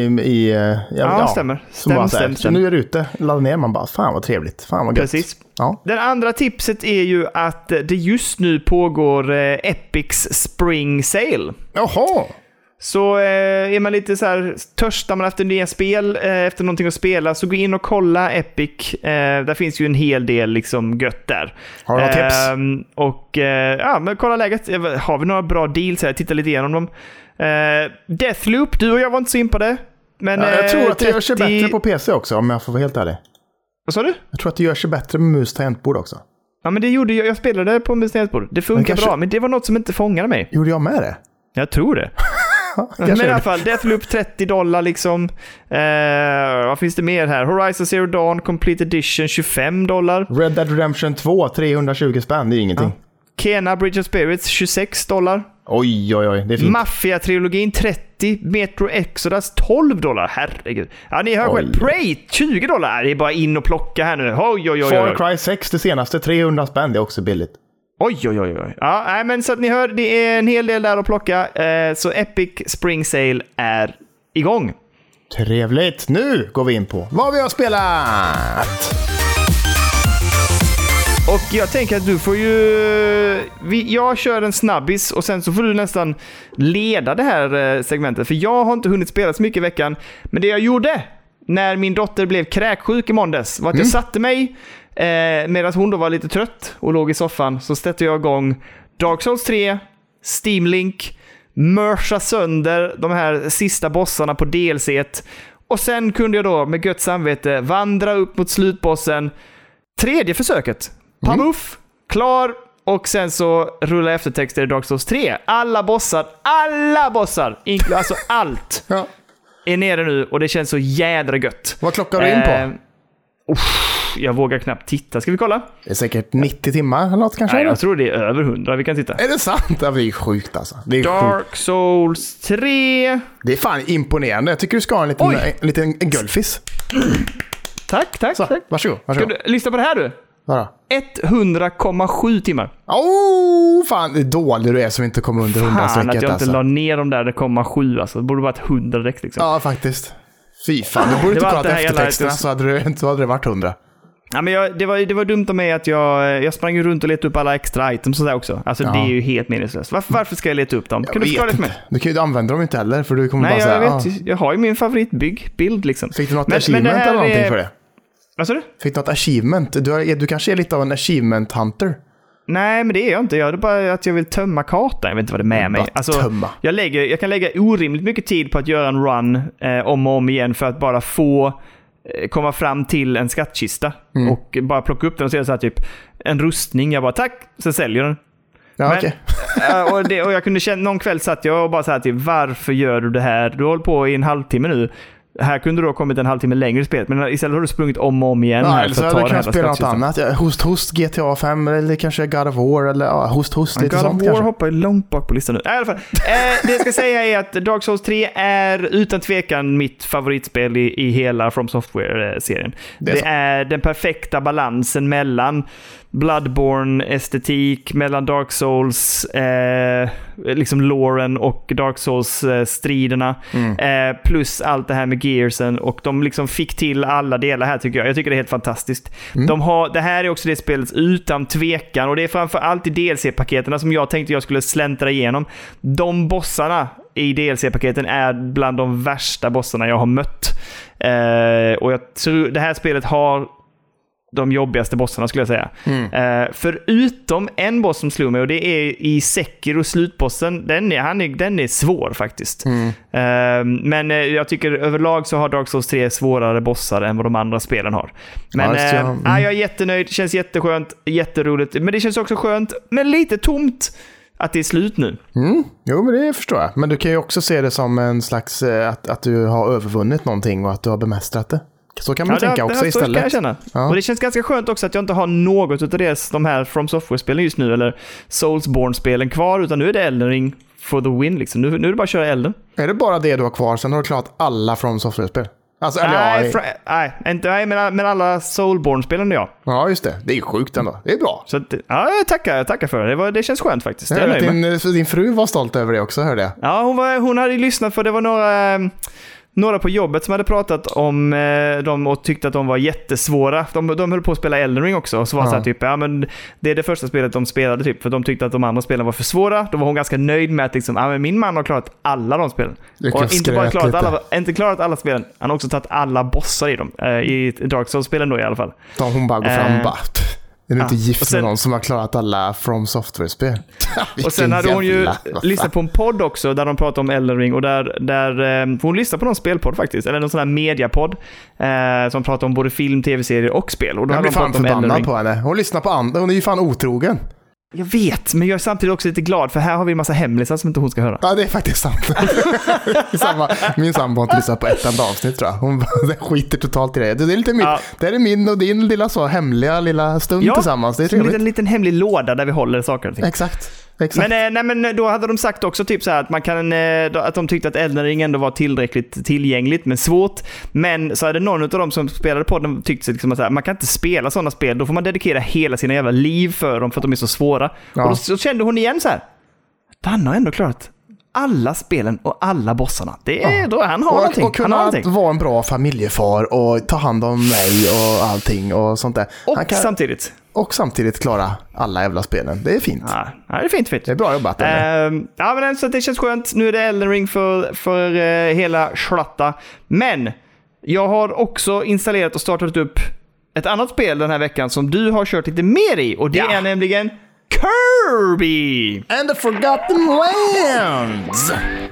B: jag.
A: Stämmer.
B: Så nu är det ute. Ladda ner, man bara, fan vad trevligt. Fan vad gött.
A: Precis.
B: Ja.
A: Den andra tipset är ju att det just nu pågår Epics Spring Sale.
B: Jaha.
A: Så är man lite så här, törstar man efter nya spel, efter någonting att spela, så gå in och kolla Epic. Där finns ju en hel del liksom gött där.
B: Har du några tips?
A: Och men kolla läget. Har vi några bra deals här? Titta lite igenom dem. Deathloop, du och jag var inte så impade. Men
B: jag tror att det gör sig bättre på PC också, om jag får vara helt ärlig.
A: Vad sa du?
B: Jag tror att det gör sig bättre med mus tangentbord också.
A: Ja, men det gjorde jag spelade på mus tangentbord. Det funkar bra, men det var något som inte fångade mig.
B: Gjorde jag med det?
A: Jag tror det. Men i alla fall, Deathloop $30 liksom. Vad finns det mer här? Horizon Zero Dawn Complete Edition $25.
B: Red Dead Redemption 2 320 spänn, det är ingenting.
A: Kena Bridge of Spirits $26.
B: Oj, det är fint.
A: Mafia-trilogin 30, Metro Exodus $12. Herregud. Ja, ni hör själv. Prey $20. Det är bara in och plocka här nu. Oj.
B: Far Cry 6, det senaste, 300 spänn, det är också billigt.
A: Oj. Ja, nej, men så att ni hör, det är en hel del där att plocka. Så Epic Spring Sale är igång.
B: Trevligt. Nu går vi in på vad vi har spelat.
A: Och jag tänker att du får ju... Jag kör en snabbis och sen så får du nästan leda det här segmentet. För jag har inte hunnit spela så mycket i veckan. Men det jag gjorde när min dotter blev kräksjuk i måndags var att jag satte mig medan hon då var lite trött och låg i soffan. Så ställde jag igång Dark Souls 3, Steam Link, mörsa sönder de här sista bossarna på DLC-et. Och sen kunde jag då med gött samvete vandra upp mot slutbossen. 3:e försöket. Pamuff, klar. Och sen så rullar eftertexter i Dark Souls 3. Alla bossar, alltså allt är nere nu och det känns så jädra gött.
B: Vad klockar du in på?
A: Jag vågar knappt titta. Ska vi kolla?
B: Det är säkert 90 timmar eller något kanske?
A: Nej, jag tror det är över 100. Vi kan titta.
B: Är det sant? Det är sjukt alltså. Det är
A: Dark
B: sjukt.
A: Souls 3.
B: Det är fan imponerande. Jag tycker du ska ha en liten guldfisk.
A: Tack.
B: Varsågod.
A: Ska du lyssna på det här du?
B: Vadå?
A: 100,7 timmar.
B: Fan, det är dåligt du är som inte kommer under 100-strecket.
A: Fan att jag
B: alltså.
A: inte la ner de där 0,7 alltså. Det borde varit 100 direkt liksom.
B: Ja, faktiskt. Fy fan, du borde inte kollat eftertexterna så hade det varit 100.
A: Ja, men det var dumt av mig att jag sprang runt och letade upp alla extra items och så också. Alltså det är ju helt meningslöst. Varför ska jag leta upp dem? Kan du förklara det för mig?
B: Du kan ju använda dem inte heller för du kommer
A: Nej,
B: bara säga...
A: jag vet. Jag har ju min favoritbild liksom.
B: Fick du något achievement eller någonting för det?
A: Vad sa du?
B: Fick du något achievement? Du kanske är lite av en achievement hunter.
A: Nej, men det är jag inte. Jag är bara att jag vill tömma kartan. Jag vet inte vad det är med mig. Alltså, jag kan lägga orimligt mycket tid på att göra en run om och om igen för att bara få komma fram till en skattkista och bara plocka upp den och se så här typ en rustning. Jag bara tack, så säljer den.
B: Ja, okej.
A: Och jag kunde känna, någon kväll satt jag och bara så här typ, varför gör du det här? Du håller på i en halvtimme nu. Här kunde du ha kommit en halvtimme längre i spelet, men istället har du sprungit om och om igen.
B: Ja,
A: här
B: eller
A: för
B: så
A: att
B: hade
A: ta
B: du kunnat spela något annat. Host, GTA 5 eller kanske God of War eller host, lite
A: God
B: sånt
A: of War
B: kanske.
A: hoppar långt bak på listan nu. I alla fall, det jag ska säga är att Dark Souls 3 är utan tvekan mitt favoritspel i hela From Software-serien. Det är den perfekta balansen mellan Bloodborne-estetik, mellan Dark Souls liksom loren och Dark Souls-striderna plus allt det här med gearsen, och de liksom fick till alla delar här tycker jag. Jag tycker det är helt fantastiskt. Det här är också det spelet utan tvekan, och det är framförallt i DLC-paketerna som jag tänkte jag skulle släntra igenom. De bossarna i DLC-paketen är bland de värsta bossarna jag har mött. Och jag tror det här spelet har de jobbigaste bossarna skulle jag säga. Förutom en boss som slog mig, och det är i Sekiro, slutbossen. Den är svår faktiskt. Men jag tycker överlag så har Dark Souls 3 svårare bossar än vad de andra spelen har. Men jag är jättenöjd, känns jätteskönt, jätteroligt. Men det känns också skönt, men lite tomt att det är slut nu.
B: Jo, men det förstår jag. Men du kan ju också se det som en slags att du har övervunnit någonting och att du har bemästrat det. Så kan man tänka också istället. Kan jag känna.
A: Ja. Och det känns ganska skönt också att jag inte har något av de här From Software-spelen just nu, eller Soulsborne-spelen kvar, utan nu är det Elden Ring for the win liksom. Nu är det bara att köra Elden.
B: Är det bara det du har kvar? Sen har du klarat alla From Software-spel? Alltså,
A: men alla Soulborne-spelen ja.
B: Ja, just det. Det är ju sjukt ändå. Det är bra.
A: Så att, ja, jag tackar för det. Det känns skönt faktiskt.
B: Din fru var stolt över det också, hörde jag.
A: Ja, hon hade lyssnat, för det var några på jobbet som hade pratat om dem och tyckte att de var jättesvåra. De höll på att spela Elden Ring också. Och så var så här typ, ja men det är det första spelet de spelade typ, för de tyckte att de andra spelen var för svåra. Då var hon ganska nöjd med att liksom, ja men min man har klarat alla de spelen. Och inte bara klarat alla spelen, han har också tagit alla bossar i dem. I Dark Souls-spelen då i alla fall.
B: Så hon bara går fram bara... Är du inte gift med någon som har klarat alla From Software-spel?
A: Och sen hade hon ju lyssnat på en podd också där de pratade om Elden Ring, och där hon lyssnade på någon spelpodd faktiskt, eller någon sån här mediapodd som pratar om både film, tv-serier och spel. Och då
B: jag blir fan förbannad på henne. Hon lyssnar på andra, hon är ju fan otrogen.
A: Jag vet, men jag är samtidigt också lite glad, för här har vi en massa hemlisar som inte hon ska höra.
B: Ja, det är faktiskt sant. Min sambo har inte lyssnat på ett enda avsnitt, tror jag. Hon skiter totalt i det. Det är lite det är min och din lilla så hemliga lilla stund tillsammans. Det är trevligt.
A: En liten hemlig låda där vi håller saker och ting.
B: Exakt. Exakt.
A: Men då hade de sagt också typ så här att man kan att de tyckte att Elden Ring ändå var tillräckligt tillgängligt men svårt. Men så hade någon av dem som spelade på den tyckte liksom att man kan inte spela sådana spel. Då får man dedikera hela sina jävla liv för dem för att de är så svåra. Ja. Och då så kände hon igen så här. Han har ändå klarat alla spelen och alla bossarna. Det är då han har någonting.
B: Och kunna vara en bra familjefar och ta hand om mig och allting och sånt där. Och samtidigt klara alla jävla spelen. Det är fint.
A: Ja, det är fint.
B: Det är bra jobbat.
A: Ja, men så det känns skönt. Nu är det Elden Ring för hela slatta. Men jag har också installerat och startat upp ett annat spel den här veckan som du har kört lite mer i. Och det är nämligen Kirby
B: and the Forgotten Lands.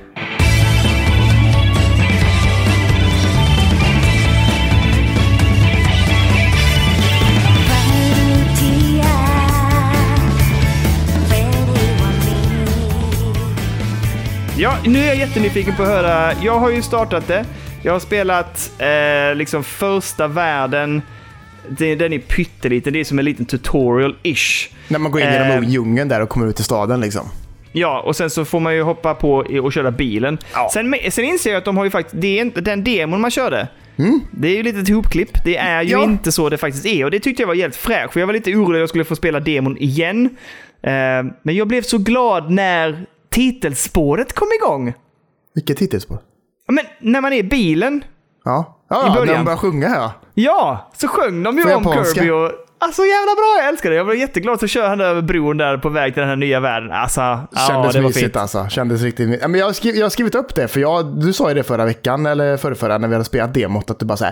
A: Ja, nu är jag jättenyfiken på att höra. Jag har ju startat det. Jag har spelat liksom första världen. Den är pytteliten. Det är som en liten tutorial-ish.
B: När man går in genom djungeln där och kommer ut i staden liksom.
A: Ja, och sen så får man ju hoppa på och köra bilen. Ja. Sen inser jag att de har ju faktiskt... Det är inte den demon man körde. Det är ju lite ett hopklipp. Det är ju inte så det faktiskt är. Och det tyckte jag var helt fräscht. För jag var lite orolig att jag skulle få spela demon igen. Men jag blev så glad när titelspåret kom igång.
B: Vilket titelspår?
A: Men när man är i bilen.
B: Ja, när de börjar sjunga här.
A: Ja, så sjöng de ju om Kirby och... Alltså jävla bra, jag älskar det. Jag var jätteglad så kör han över bron där på väg till den här nya världen. Alltså,
B: kändes
A: det var
B: mysigt
A: fint.
B: Alltså. Kändes riktigt mysigt. Men jag har skrivit upp det för du sa ju det förra veckan eller förra när vi hade spelat demot att du bara så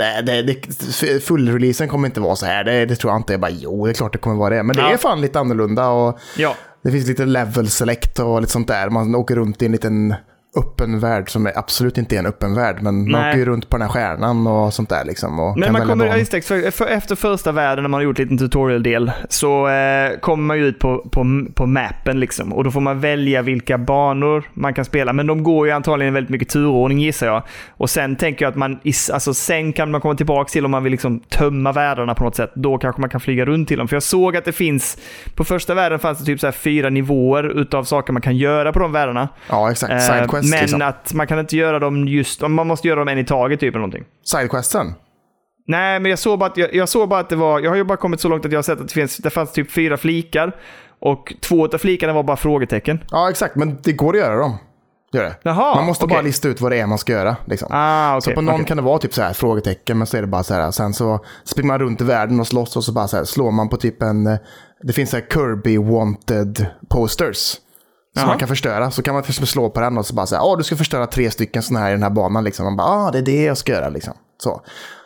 B: här, fullreleasen kommer inte vara så här. Det tror jag inte. Jag bara, jo, det är klart det kommer vara det. Men det är fan lite annorlunda och det finns lite level select och lite sånt där. Man åker runt i en liten öppen värld som är absolut inte en öppen värld, men man åker ju runt på den här stjärnan och sånt där liksom. Och
A: men man kommer efter första världen när man har gjort en liten tutorial-del så kommer man ju ut på mappen liksom, och då får man välja vilka banor man kan spela, men de går ju antagligen väldigt mycket turordning gissar jag, och sen tänker jag att man sen kan man komma tillbaka till om man vill liksom tömma världarna på något sätt, då kanske man kan flyga runt till dem, för jag såg att det finns på första världen fanns det typ så här 4 nivåer utav saker man kan göra på de världarna.
B: Ja, exakt. Sidequests
A: men
B: liksom.
A: att man kan inte göra dem man måste göra dem en i taget typ eller någonting.
B: Sidequesten?
A: Nej, men jag såg bara att det var, jag har ju bara kommit så långt att jag har sett att det fanns typ 4 flikar och 2 av flikarna var bara frågetecken.
B: Ja, exakt, men det går att göra dem. Gör det.
A: Jaha,
B: man måste bara lista ut vad det är man ska göra liksom. Så på någon kan det vara typ så här frågetecken, men så är det bara så här, sen så springer man runt i världen och slåss och så bara så här, slår man på typ det finns så här Kirby wanted posters. Så man kan förstöra, så kan man slå på den och så bara säga, du ska förstöra 3 stycken såna här i den här banan liksom. Man bara, det är det jag ska göra liksom. Så.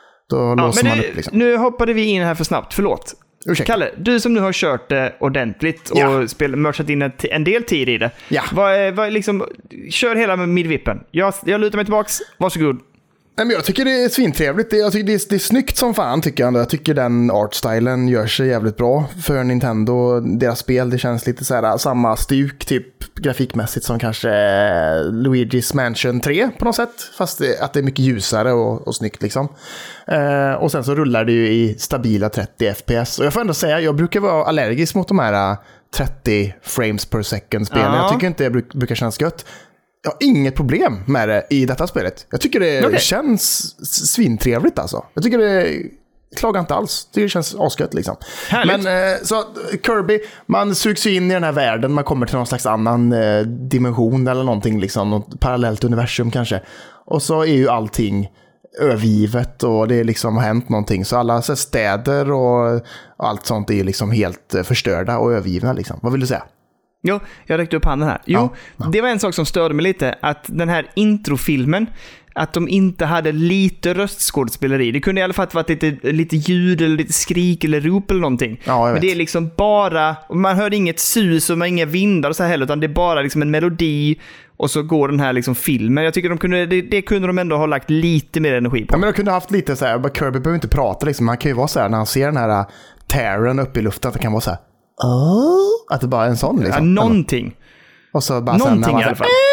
B: Då låser man upp liksom.
A: Nu hoppade vi in här för snabbt, förlåt.
B: Ursäkta.
A: Kalle, du som nu har kört det ordentligt och mörsat in en del tid i det.
B: Ja.
A: Vad liksom, kör hela med midvippen. Jag lutar mig tillbaks, varsågod.
B: Nej, men jag tycker det är svintrevligt. Jag tycker det är snyggt som fan tycker jag. Jag tycker den artstylen gör sig jävligt bra för Nintendo. Deras spel, det känns lite så här samma stuk typ grafikmässigt som kanske Luigi's Mansion 3 på något sätt. Fast att det är mycket ljusare och snyggt liksom. Och sen så rullar det ju i stabila 30 FPS. Och jag får ändå säga, jag brukar vara allergisk mot de här 30 frames per second spelen. Jag tycker inte det brukar kännas gött. Jag har inget problem med det i detta spelet. Jag tycker det känns svintrevligt alltså. Jag tycker det klagar inte alls. Jag tycker det känns asgött liksom.
A: Härligt.
B: Men så Kirby, man sugs in i den här världen. Man kommer till någon slags annan dimension eller någonting liksom. Något parallellt universum kanske. Och så är ju allting övergivet och det liksom har hänt någonting. Så alla så städer och allt sånt är ju liksom helt förstörda och övergivna liksom. Vad vill du säga?
A: Jo, jag räckte upp handen här. Det var en sak som störde mig lite. Att den här introfilmen, att de inte hade lite röstskådespeleri. Det kunde i alla fall varit lite ljud eller lite skrik eller rop eller någonting.
B: Ja,
A: men det är liksom bara, man hör inget sus och inga vindar och så här heller, utan det är bara liksom en melodi och så går den här liksom filmen. Jag tycker det kunde de ändå ha lagt lite mer energi på.
B: Ja, men de kunde ha haft lite så här, Kirby behöver inte prata liksom. Man kan ju vara så här när han ser den här Terran uppe i luften, att det kan vara så här att det bara är en sån liksom.
A: Ja, någonting.
B: Och så bara
A: någonting
B: sen
A: i alla fall.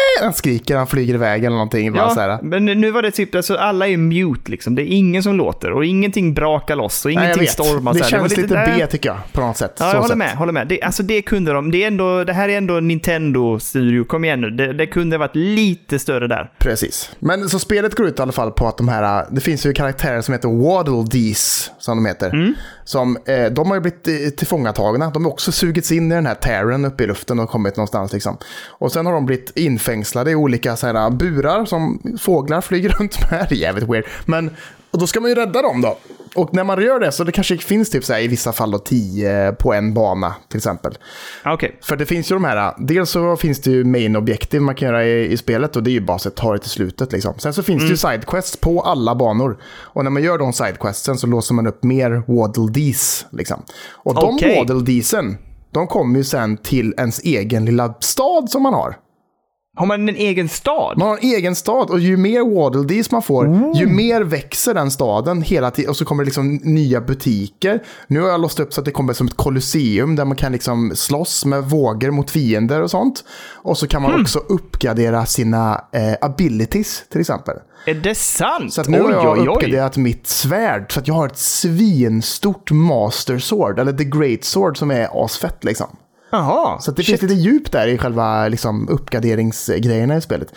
B: han skriker, han flyger iväg eller någonting. Bara så här.
A: Men nu var det typ, alltså, alla är mute liksom. Det är ingen som låter och ingenting brakar loss och ingenting stormar.
B: Det känns lite B tycker jag, på något sätt.
A: Ja, jag håller med. Det kunde de. Det här är ändå Nintendo Studio, kom igen nu. Det kunde ha varit lite större där.
B: Precis. Men så spelet går ut i alla fall på att det finns ju karaktärer som heter Waddle Dees, som de heter. Som, de har ju blivit tillfångatagna. De har också sugits in i den här Terran uppe i luften och kommit någonstans liksom. Och sen har de blivit infängslade i olika så här burar som fåglar flyger runt med. Det är jävligt weird. Och då ska man ju rädda dem då. Och när man gör det så det kanske finns typ så här, i vissa fall då 10 på en bana till exempel.
A: Okay.
B: För det finns ju de här, dels så finns det ju main objektiv man kan göra i spelet och det är ju bara att ta det till slutet liksom. Sen så finns det ju sidequests på alla banor. Och när man gör de sidequestsen så låser man upp mer Waddle Dees liksom. Och de Waddle Deesen, de kommer ju sen till ens egen lilla stad som man har.
A: Har man en egen stad?
B: Man har en egen stad och ju mer Waddle Dees man får, ju mer växer den staden hela tiden. Och så kommer det liksom nya butiker. Nu har jag låst upp så att det kommer som ett kolosseum där man kan liksom slåss med vågor mot fiender och sånt. Och så kan man också uppgradera sina abilities till exempel.
A: Är det sant?
B: Så att nu har jag uppgraderat mitt svärd så att jag har ett svinstort Master Sword, eller The Great Sword, som är asfett liksom.
A: Aha,
B: så att det finns lite djup där i själva liksom, uppgraderingsgrejerna i spelet.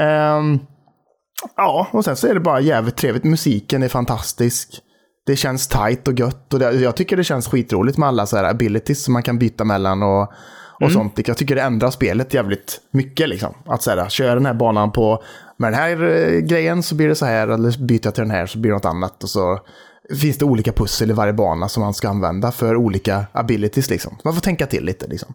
B: Ja, och sen så är det bara jävligt trevligt. Musiken är fantastisk. Det känns tight och gött. Och jag tycker det känns skitroligt med alla så här abilities som man kan byta mellan och sånt. Jag tycker det ändrar spelet jävligt mycket liksom. Att så här, köra den här banan på med den här grejen så blir det så här, eller byta till den här så blir det något annat och så finns det olika pussel i varje bana som man ska använda för olika abilities liksom. Man får tänka till lite liksom.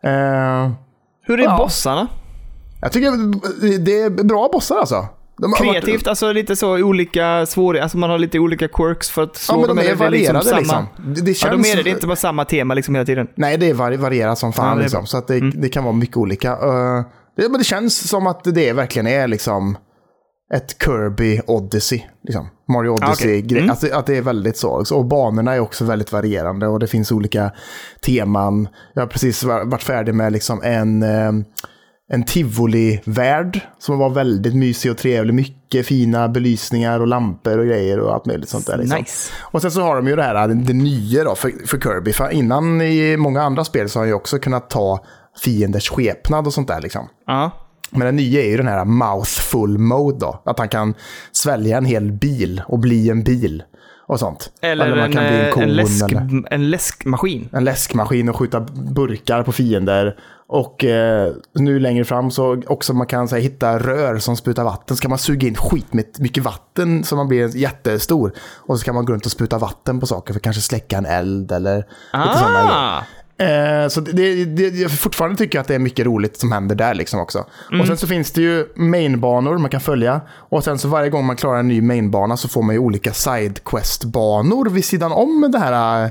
A: Hur är bossarna?
B: Jag tycker det är bra bossar alltså.
A: Kreativt, alltså lite så olika svårigheter, alltså man har lite olika quirks för att slå
B: men de är varierade liksom.
A: Det känns det är inte bara samma tema liksom hela tiden.
B: Nej, det är varierat som fan liksom, så att det kan vara mycket olika. Men det känns som att det verkligen är liksom ett Kirby Odyssey liksom. Mario Odyssey att det är väldigt så. Och banorna är också väldigt varierande och det finns olika teman. Jag har precis varit färdig med liksom en Tivoli-värld som var väldigt mysig och trevlig. Mycket fina belysningar och lampor och grejer och allt möjligt sånt där. Liksom.
A: Nice.
B: Och sen så har de ju det nya då för Kirby. För innan i många andra spel så har jag också kunnat ta fienders skepnad och sånt där liksom. Men det nya är ju den här mouthful mode då. Att han kan svälja en hel bil och bli en bil och sånt.
A: Eller man kan bli en kon, en läskmaskin.
B: En läskmaskin och skjuta burkar på fiender. Och nu längre fram så också man kan hitta rör som sprutar vatten. Så kan man suga in skit med mycket vatten så man blir jättestor. Och så kan man gå runt och spruta vatten på saker för att kanske släcka en eld eller lite sådana grejer. Så jag fortfarande tycker att det är mycket roligt som händer där liksom också. Och sen så finns det ju mainbanor man kan följa. Och sen så varje gång man klarar en ny mainbana så får man ju olika sidequest-banor vid sidan om det här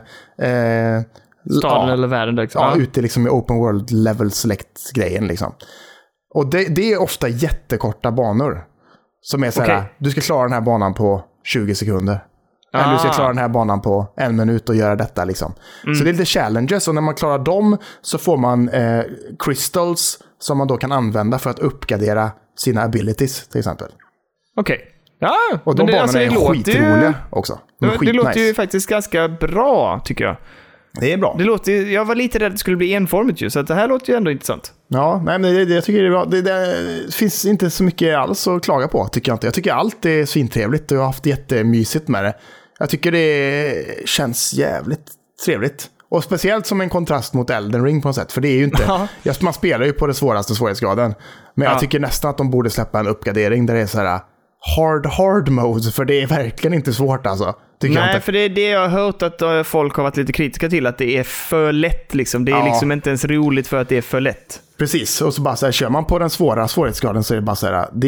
A: staden eller världen liksom.
B: Ja, ute liksom i open world level select-grejen liksom. Och det är ofta jättekorta banor. Som är så här, du ska klara den här banan på 20 sekunder. Eller du ska klara den här banan på 1 minut och göra detta liksom. Så det är lite challenges och när man klarar dem så får man crystals som man då kan använda för att uppgradera sina abilities till exempel.
A: Okej. Ja,
B: och de banorna är skitroliga också.
A: Det låter ju faktiskt ganska bra tycker jag.
B: Det är bra.
A: Jag var lite rädd att det skulle bli enformigt ju, så att det här låter ju ändå intressant.
B: Ja, nej, men jag tycker det är bra. Det finns inte så mycket alls att klaga på, tycker jag inte. Jag tycker allt är svintrevligt och jag har haft jättemysigt med det. Jag tycker det känns jävligt trevligt. Och speciellt som en kontrast mot Elden Ring på något sätt. För det är ju inte... man spelar ju på det svåraste svårighetsgraden. Men jag tycker nästan att de borde släppa en uppgradering där det är så här hard mode. För det är verkligen inte svårt alltså.
A: Nej, för det är det jag har hört att folk har varit lite kritiska till. Att det är för lätt liksom. Det är liksom inte ens roligt för att det är för lätt.
B: Precis, och så bara så här, kör man på den svåra svårighetsgraden så är det bara så här,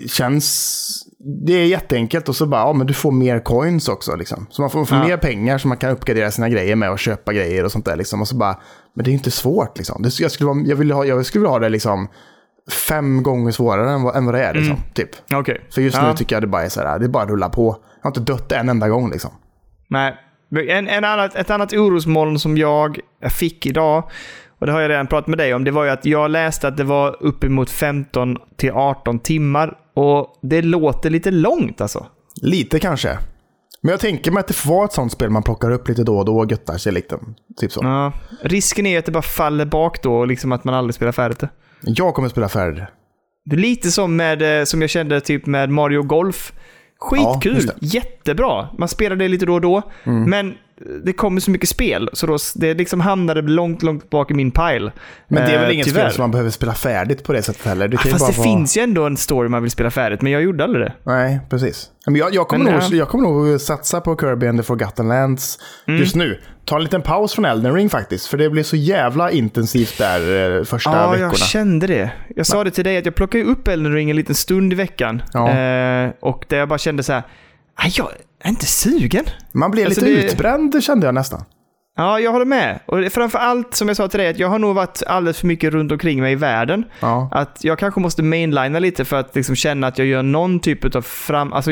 B: det är jätteenkelt och så bara, men du får mer coins också liksom. Så man får mer pengar så man kan uppgradera sina grejer med och köpa grejer och sånt där liksom. Och så bara, men det är inte svårt liksom. Jag skulle vilja ha det liksom 5 gånger svårare än vad det är liksom, typ.
A: Okay.
B: För just nu tycker jag det bara är så här, det är bara att rulla på. Jag har inte dött en enda gång liksom.
A: Nej. Ett annat orosmoln som jag fick idag, och det har jag redan pratat med dig om, det var ju att jag läste att det var uppemot 15 till 18 timmar och det låter lite långt alltså.
B: Lite kanske. Men jag tänker mig att det får vara ett sånt spel man plockar upp lite då och då och göttar sig lite. Typ så.
A: Ja, risken är att det bara faller bak då och liksom att man aldrig spelar färdigt det.
B: Jag kommer spela färdigt.
A: Det är lite som jag kände typ med Mario Golf. Skitkul, jättebra. Man spelar det lite då och då. Men det kommer så mycket spel så då, det liksom hamnade långt bak i min pile.
B: Men det är väl inget spel som man behöver spela färdigt på det sättet heller. Det kan
A: fast
B: ju bara
A: det finns ju ändå en story man vill spela färdigt, men jag gjorde aldrig det.
B: Nej, precis. Men jag kommer nog satsa på Kirby and the Forgotten Lands just nu. Ta en liten paus från Elden Ring faktiskt, för det blir så jävla intensivt där första veckorna.
A: Ja, jag kände det. Jag sa det till dig att jag plockade upp Elden Ring en liten stund i veckan. Och där jag bara kände så här, jag är inte sugen.
B: Man blir lite utbränd, kände jag nästan.
A: Ja, jag håller med. Och framförallt, som jag sa till dig, att jag har nog varit alldeles för mycket runt omkring mig i världen. Ja. Att jag kanske måste mainlina lite för att liksom känna att jag gör någon typ av Alltså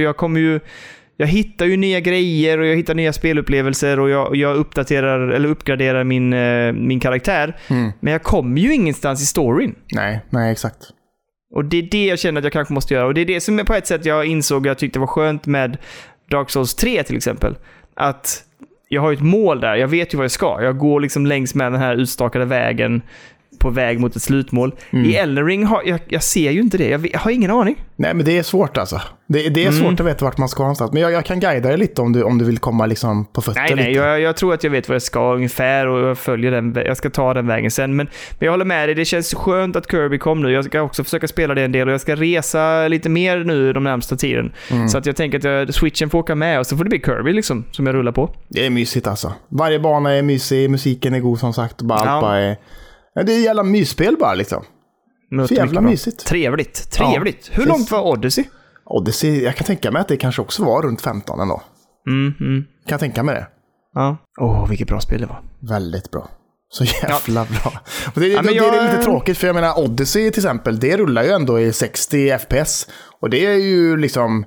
A: jag hittar ju nya grejer och jag hittar nya spelupplevelser och jag uppdaterar eller uppgraderar min karaktär. Men jag kommer ju ingenstans i storyn.
B: Nej, exakt.
A: Och det är det jag känner att jag kanske måste göra. Och det är det som på ett sätt jag insåg jag tyckte var skönt med Dark Souls 3 till exempel. Att jag har ju ett mål där. Jag vet ju vad jag ska. Jag går liksom längs med den här utstakade vägen på väg mot ett slutmål. I Elden Ring jag ser ju inte det. Jag har ingen aning.
B: Nej, men det är svårt alltså. Det är svårt att veta vart man ska någonstans. Men jag kan guida dig lite om du vill komma liksom på fötter.
A: Nej, jag tror att jag vet vad jag ska ungefär och jag följer den. Jag ska ta den vägen sen. Men jag håller med dig. Det känns skönt att Kirby kom nu. Jag ska också försöka spela det en del och jag ska resa lite mer nu de närmsta tiden. Så att jag tänker att Switchen får åka med och så får det bli Kirby liksom som jag rullar på.
B: Det är mysigt alltså. Varje bana är mysig, musiken är god som sagt. Allt bara är... Det är jävla mysspel bara liksom. Så jävla mysigt.
A: Trevligt. Hur långt var Odyssey?
B: Odyssey, jag kan tänka mig att det kanske också var runt 15 ändå. Kan jag tänka mig det.
A: Ja. Vilket bra spel det var.
B: Väldigt bra. Så jävla bra. Och det är lite tråkigt för jag menar Odyssey till exempel, det rullar ju ändå i 60 FPS. Och det är ju liksom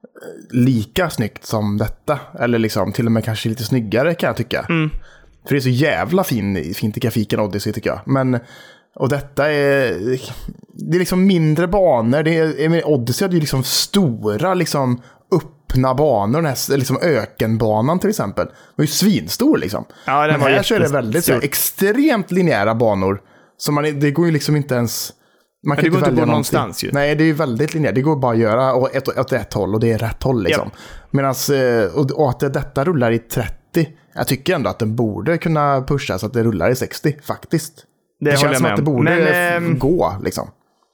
B: lika snyggt som detta. Eller liksom till och med kanske lite snyggare kan jag tycka. För det är så jävla fint i grafiken Odyssey tycker jag. Och detta är liksom mindre banor. Odyssey hade ju liksom stora liksom öppna banor. Den här liksom ökenbanan till exempel. Den var ju svinstor liksom.
A: Ja,
B: men här så är det väldigt så extremt linjära banor. Så det går ju liksom inte ens... Man kan
A: det går
B: inte välja
A: någonstans ju.
B: Nej, det är ju väldigt linjärt. Det går bara att göra åt ett håll och det är rätt håll liksom. Medans och att detta rullar i 30. Jag tycker ändå att den borde kunna pusha så att det rullar i 60 faktiskt. Det känns som att det borde gå liksom.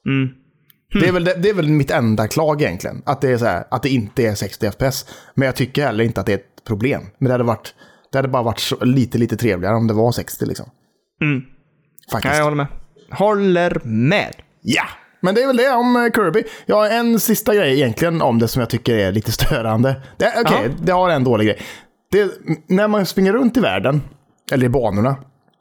B: Det är väl mitt enda klag egentligen. Att det är så här, att det inte är 60 FPS. Men jag tycker heller inte att det är ett problem. Men det hade bara varit lite trevligare om det var 60 liksom. Faktiskt.
A: Ja, jag håller med.
B: Ja, men det är väl det om Kirby. Jag har en sista grej egentligen om det som jag tycker är lite störande. Det har en dålig grej. När man springer runt i världen, eller i banorna,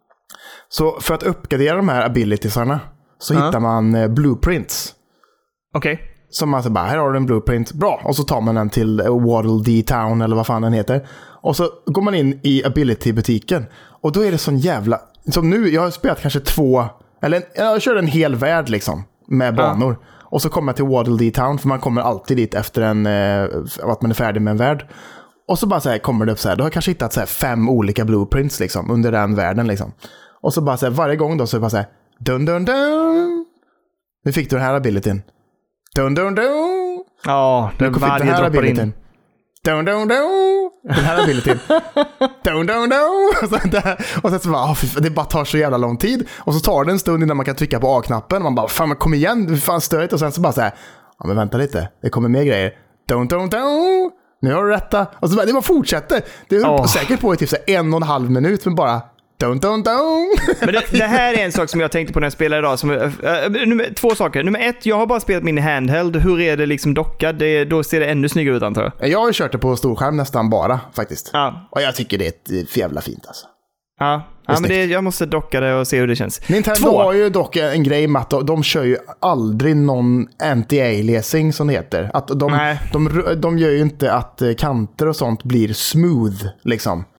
B: så för att uppgradera de här abilitiesarna så hittar man blueprints.
A: Okej.
B: Som man säger bara, här har du en blueprint. Bra, och så tar man den till Waddle Dee Town eller vad fan den heter. Och så går man in i ability-butiken. Och då är det sån jävla... Som nu, jag har spelat kanske jag kör en hel värld liksom med banor. Och så kommer jag till Waddle Dee Town, för man kommer alltid dit efter att man är färdig med en värld. Och så bara så här kommer det upp så här, då har jag kanske hittat så här 5 olika blueprints liksom under den världen liksom. Och så bara så här, varje gång då så är det bara så här, dun dun dun. Nu fick du den här abilityn. Dun dun dun.
A: Ja, det var varje droppar in.
B: Dun dun dun. Den här abilityn. Dun dun dun. Och sen så bara, det bara tar så jävla lång tid. Och så tar det en stund innan man kan trycka på A-knappen. Man bara, fan kom igen, det är fan störigt. Och sen så bara så här, ja men vänta lite, det kommer mer grejer. Dun dun dun. Nu har du rätta. Och så det bara fortsätter. Det är säkert på i typ så 1,5 minut, men bara dun dun dun.
A: Men det här är en sak som jag tänkte på när jag spelade idag. Två saker. Nummer 1, jag har bara spelat min handheld. Hur är det liksom dockad? Då ser det ännu snyggare ut antar jag.
B: Jag har kört det på storskärm nästan bara faktiskt. Och jag tycker det är ett jävla fint alltså.
A: Ja, men jag måste docka det och se hur det känns.
B: Nintendo har ju dock en grej med att de kör ju aldrig någon anti-aliasing som det heter. Att de gör ju inte att kanter och sånt blir smooth liksom.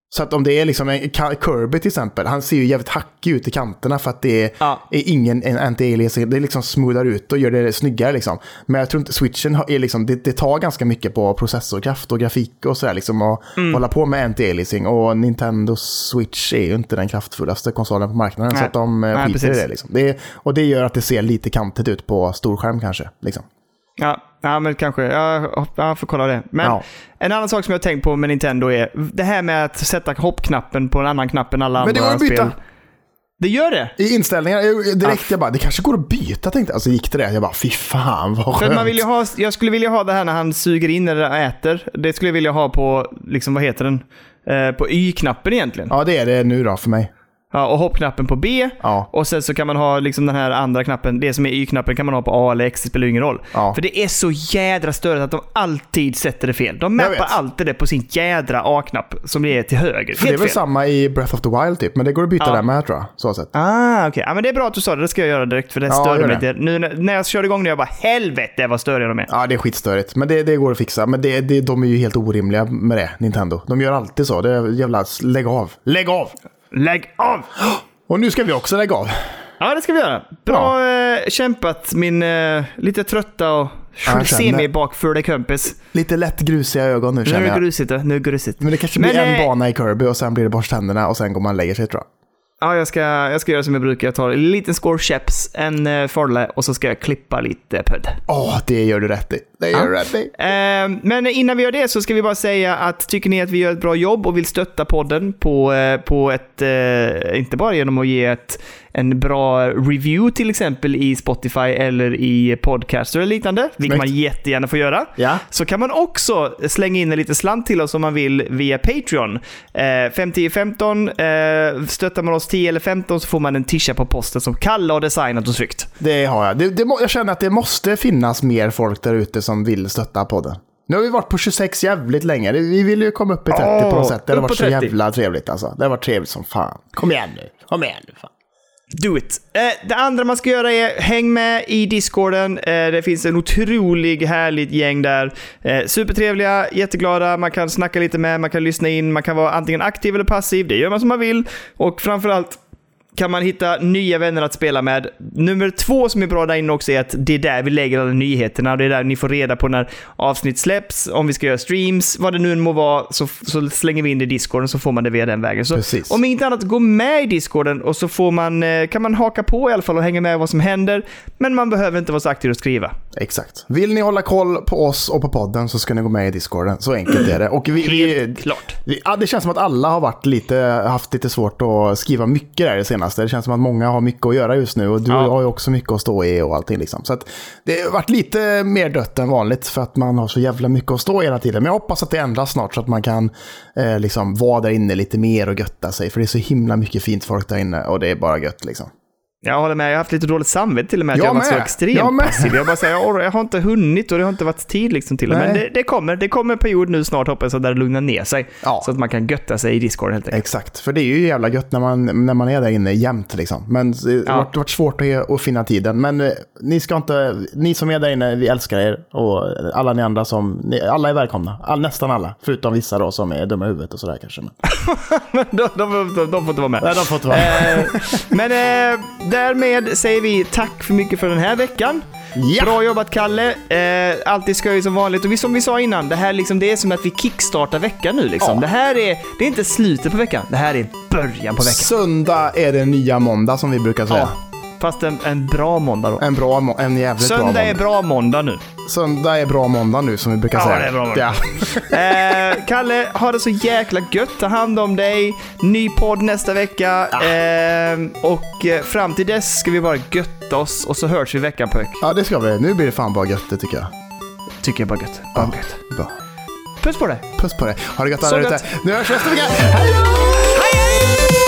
B: Så att om det är liksom en Kirby till exempel, han ser ju jävligt hackig ut i kanterna för att det är ingen anti-aliasing. Det liksom smoothar ut och gör det snyggare liksom. Men jag tror inte Switchen är liksom, det tar ganska mycket på processorkraft och grafik och sådär liksom, och hålla på med anti-aliasing. Och Nintendo Switch är ju inte den kraftfullaste konsolen på marknaden. Så att de skiter i det liksom. Och det gör att det ser lite kantigt ut på storskärm kanske liksom.
A: Ja, men kanske. Jag får kolla det. Men en annan sak som jag har tänkt på med Nintendo är det här med att sätta hoppknappen på en annan knapp än alla andra spel. Men det går att byta. Det gör det? I
B: inställningar direkt jag bara, det kanske går att byta, tänkte alltså gick det. Jag bara, fy fan vad skönt.
A: För man vill ju jag skulle vilja ha det här när han suger in eller äter. Det skulle jag vilja ha på, liksom, vad heter den? På Y-knappen egentligen.
B: Ja, det är det nu då för mig.
A: Ja, och hoppknappen på B. Ja. Och sen så kan man ha liksom den här andra knappen, det som är Y-knappen kan man ha på A eller X, det spelar ingen roll. Ja. För det är så jädra störigt att de alltid sätter det fel. De mappar alltid det på sin jädra A-knapp som det är till höger.
B: För det är väl samma i Breath of the Wild typ, men det går att byta där med tror jag. Så sätt.
A: Okej. Ja, men det är bra att du sa det, det ska jag göra direkt för det störde mig. Det. Nu när jag körde igång nu, jag bara, helvete vad störiga de är.
B: Ja, det är skitstörigt, men det går att fixa. Men de är ju helt orimliga med det, Nintendo. De gör alltid så, det är jävla, lägg av.
A: Lägg av!
B: Och nu ska vi också lägga av.
A: Ja, det ska vi göra. Bra kämpat min lite trötta och semi-bakfulla kompis.
B: Lite lätt grusiga ögon nu känner jag.
A: Nu är det grusigt.
B: Men det kanske blir en bana i Kirby och sen blir det borsttänderna och sen går man och lägger sig tror jag.
A: Ja, jag ska göra som jag brukar. Jag tar en liten score chaps, en forle och så ska jag klippa lite pudd.
B: Det gör du rätt i.
A: Men innan vi gör det så ska vi bara säga att tycker ni att vi gör ett bra jobb och vill stötta podden på ett, inte bara genom att ge en bra review till exempel i Spotify eller i Podcaster eller liknande, vilket man jättegärna får göra. Ja. Så kan man också slänga in en liten slant till oss om man vill via Patreon. 5-10-15 stöttar man oss 10 eller 15 så får man en tisha på posten som Kalle har designat och tryckt.
B: Det har jag. Jag känner att det måste finnas mer folk där ute som vill stötta podden. Nu har vi varit på 26 jävligt länge. Vi vill ju komma upp i 30 på något sätt. Det har varit så jävla trevligt alltså. Det har varit trevligt som fan. Kom igen nu fan.
A: Do it. Det andra man ska göra är häng med i Discorden. Det finns en otrolig härligt gäng där. Supertrevliga, jätteglada. Man kan snacka lite med, man kan lyssna in. Man kan vara antingen aktiv eller passiv. Det gör man som man vill. Och framförallt kan man hitta nya vänner att spela med. Nummer 2 som är bra där inne också är att det är där vi lägger alla nyheterna. Det är där ni får reda på när avsnitt släpps, om vi ska göra streams, vad det nu än må vara, så slänger vi in det i Discorden så får man det via den vägen. Så om inte annat, gå med i Discorden och så kan man haka på i alla fall och hänga med vad som händer, men man behöver inte vara så aktiv och skriva.
B: Exakt. Vill ni hålla koll på oss och på podden så ska ni gå med i Discorden. Så enkelt är det. Och
A: klart.
B: Det känns som att alla har haft lite svårt att skriva mycket där det senaste. Det känns som att många har mycket att göra just nu och du har ju också mycket att stå i och allting liksom. Så att det har varit lite mer dött än vanligt för att man har så jävla mycket att stå i hela tiden. Men jag hoppas att det ändras snart så att man kan liksom vara där inne lite mer och götta sig. För det är så himla mycket fint folk där inne och det är bara gött liksom.
A: Jag håller med, jag har haft lite dåligt samvete till och med att jag har varit så extremt passiv. Jag bara säger, jag har inte hunnit och det har inte varit tid liksom till. Men det kommer en period nu snart hoppas jag där det lugnar ner sig. Ja. Så att man kan götta sig i Discord helt enkelt.
B: Exakt, för det är ju jävla gött när man är där inne jämt liksom. Men det har varit svårt att finna tiden. Men ni som är där inne, vi älskar er. Och alla ni andra alla är välkomna. Nästan alla, förutom vissa då som är dumma i huvudet och sådär kanske.
A: Men de får inte vara med.
B: Nej, de får inte vara med.
A: Men därmed säger vi tack för mycket för den här veckan. Ja. Bra jobbat Kalle. Alltid skoj som vanligt. Och som vi sa innan, det här liksom, det är som att vi kickstartar veckan nu liksom. Ja. Det är inte slutet på veckan. Det här är början på veckan.
B: Söndag är det nya måndag som vi brukar säga.
A: Ja. Fast en bra måndag då.
B: En jävligt bra måndag.
A: Söndag är bra måndag nu.
B: Söndag är bra måndag nu som vi brukar säga.
A: Ja, det är bra måndag. Ja. Kalle, ha det så jäkla gött. Ta hand om dig. Ny podd nästa vecka. Ja. Och fram till dess ska vi bara götta oss och så hörs vi veckan på veckan.
B: Ja, det ska vi. Nu blir det fan bara gött, det tycker jag.
A: Tycker jag bara gött. Bara gött.
B: Bra.
A: Puss på dig.
B: Ha det gött alla ute. Nu hörs vi nästa vecka.
A: Hej då! Hej!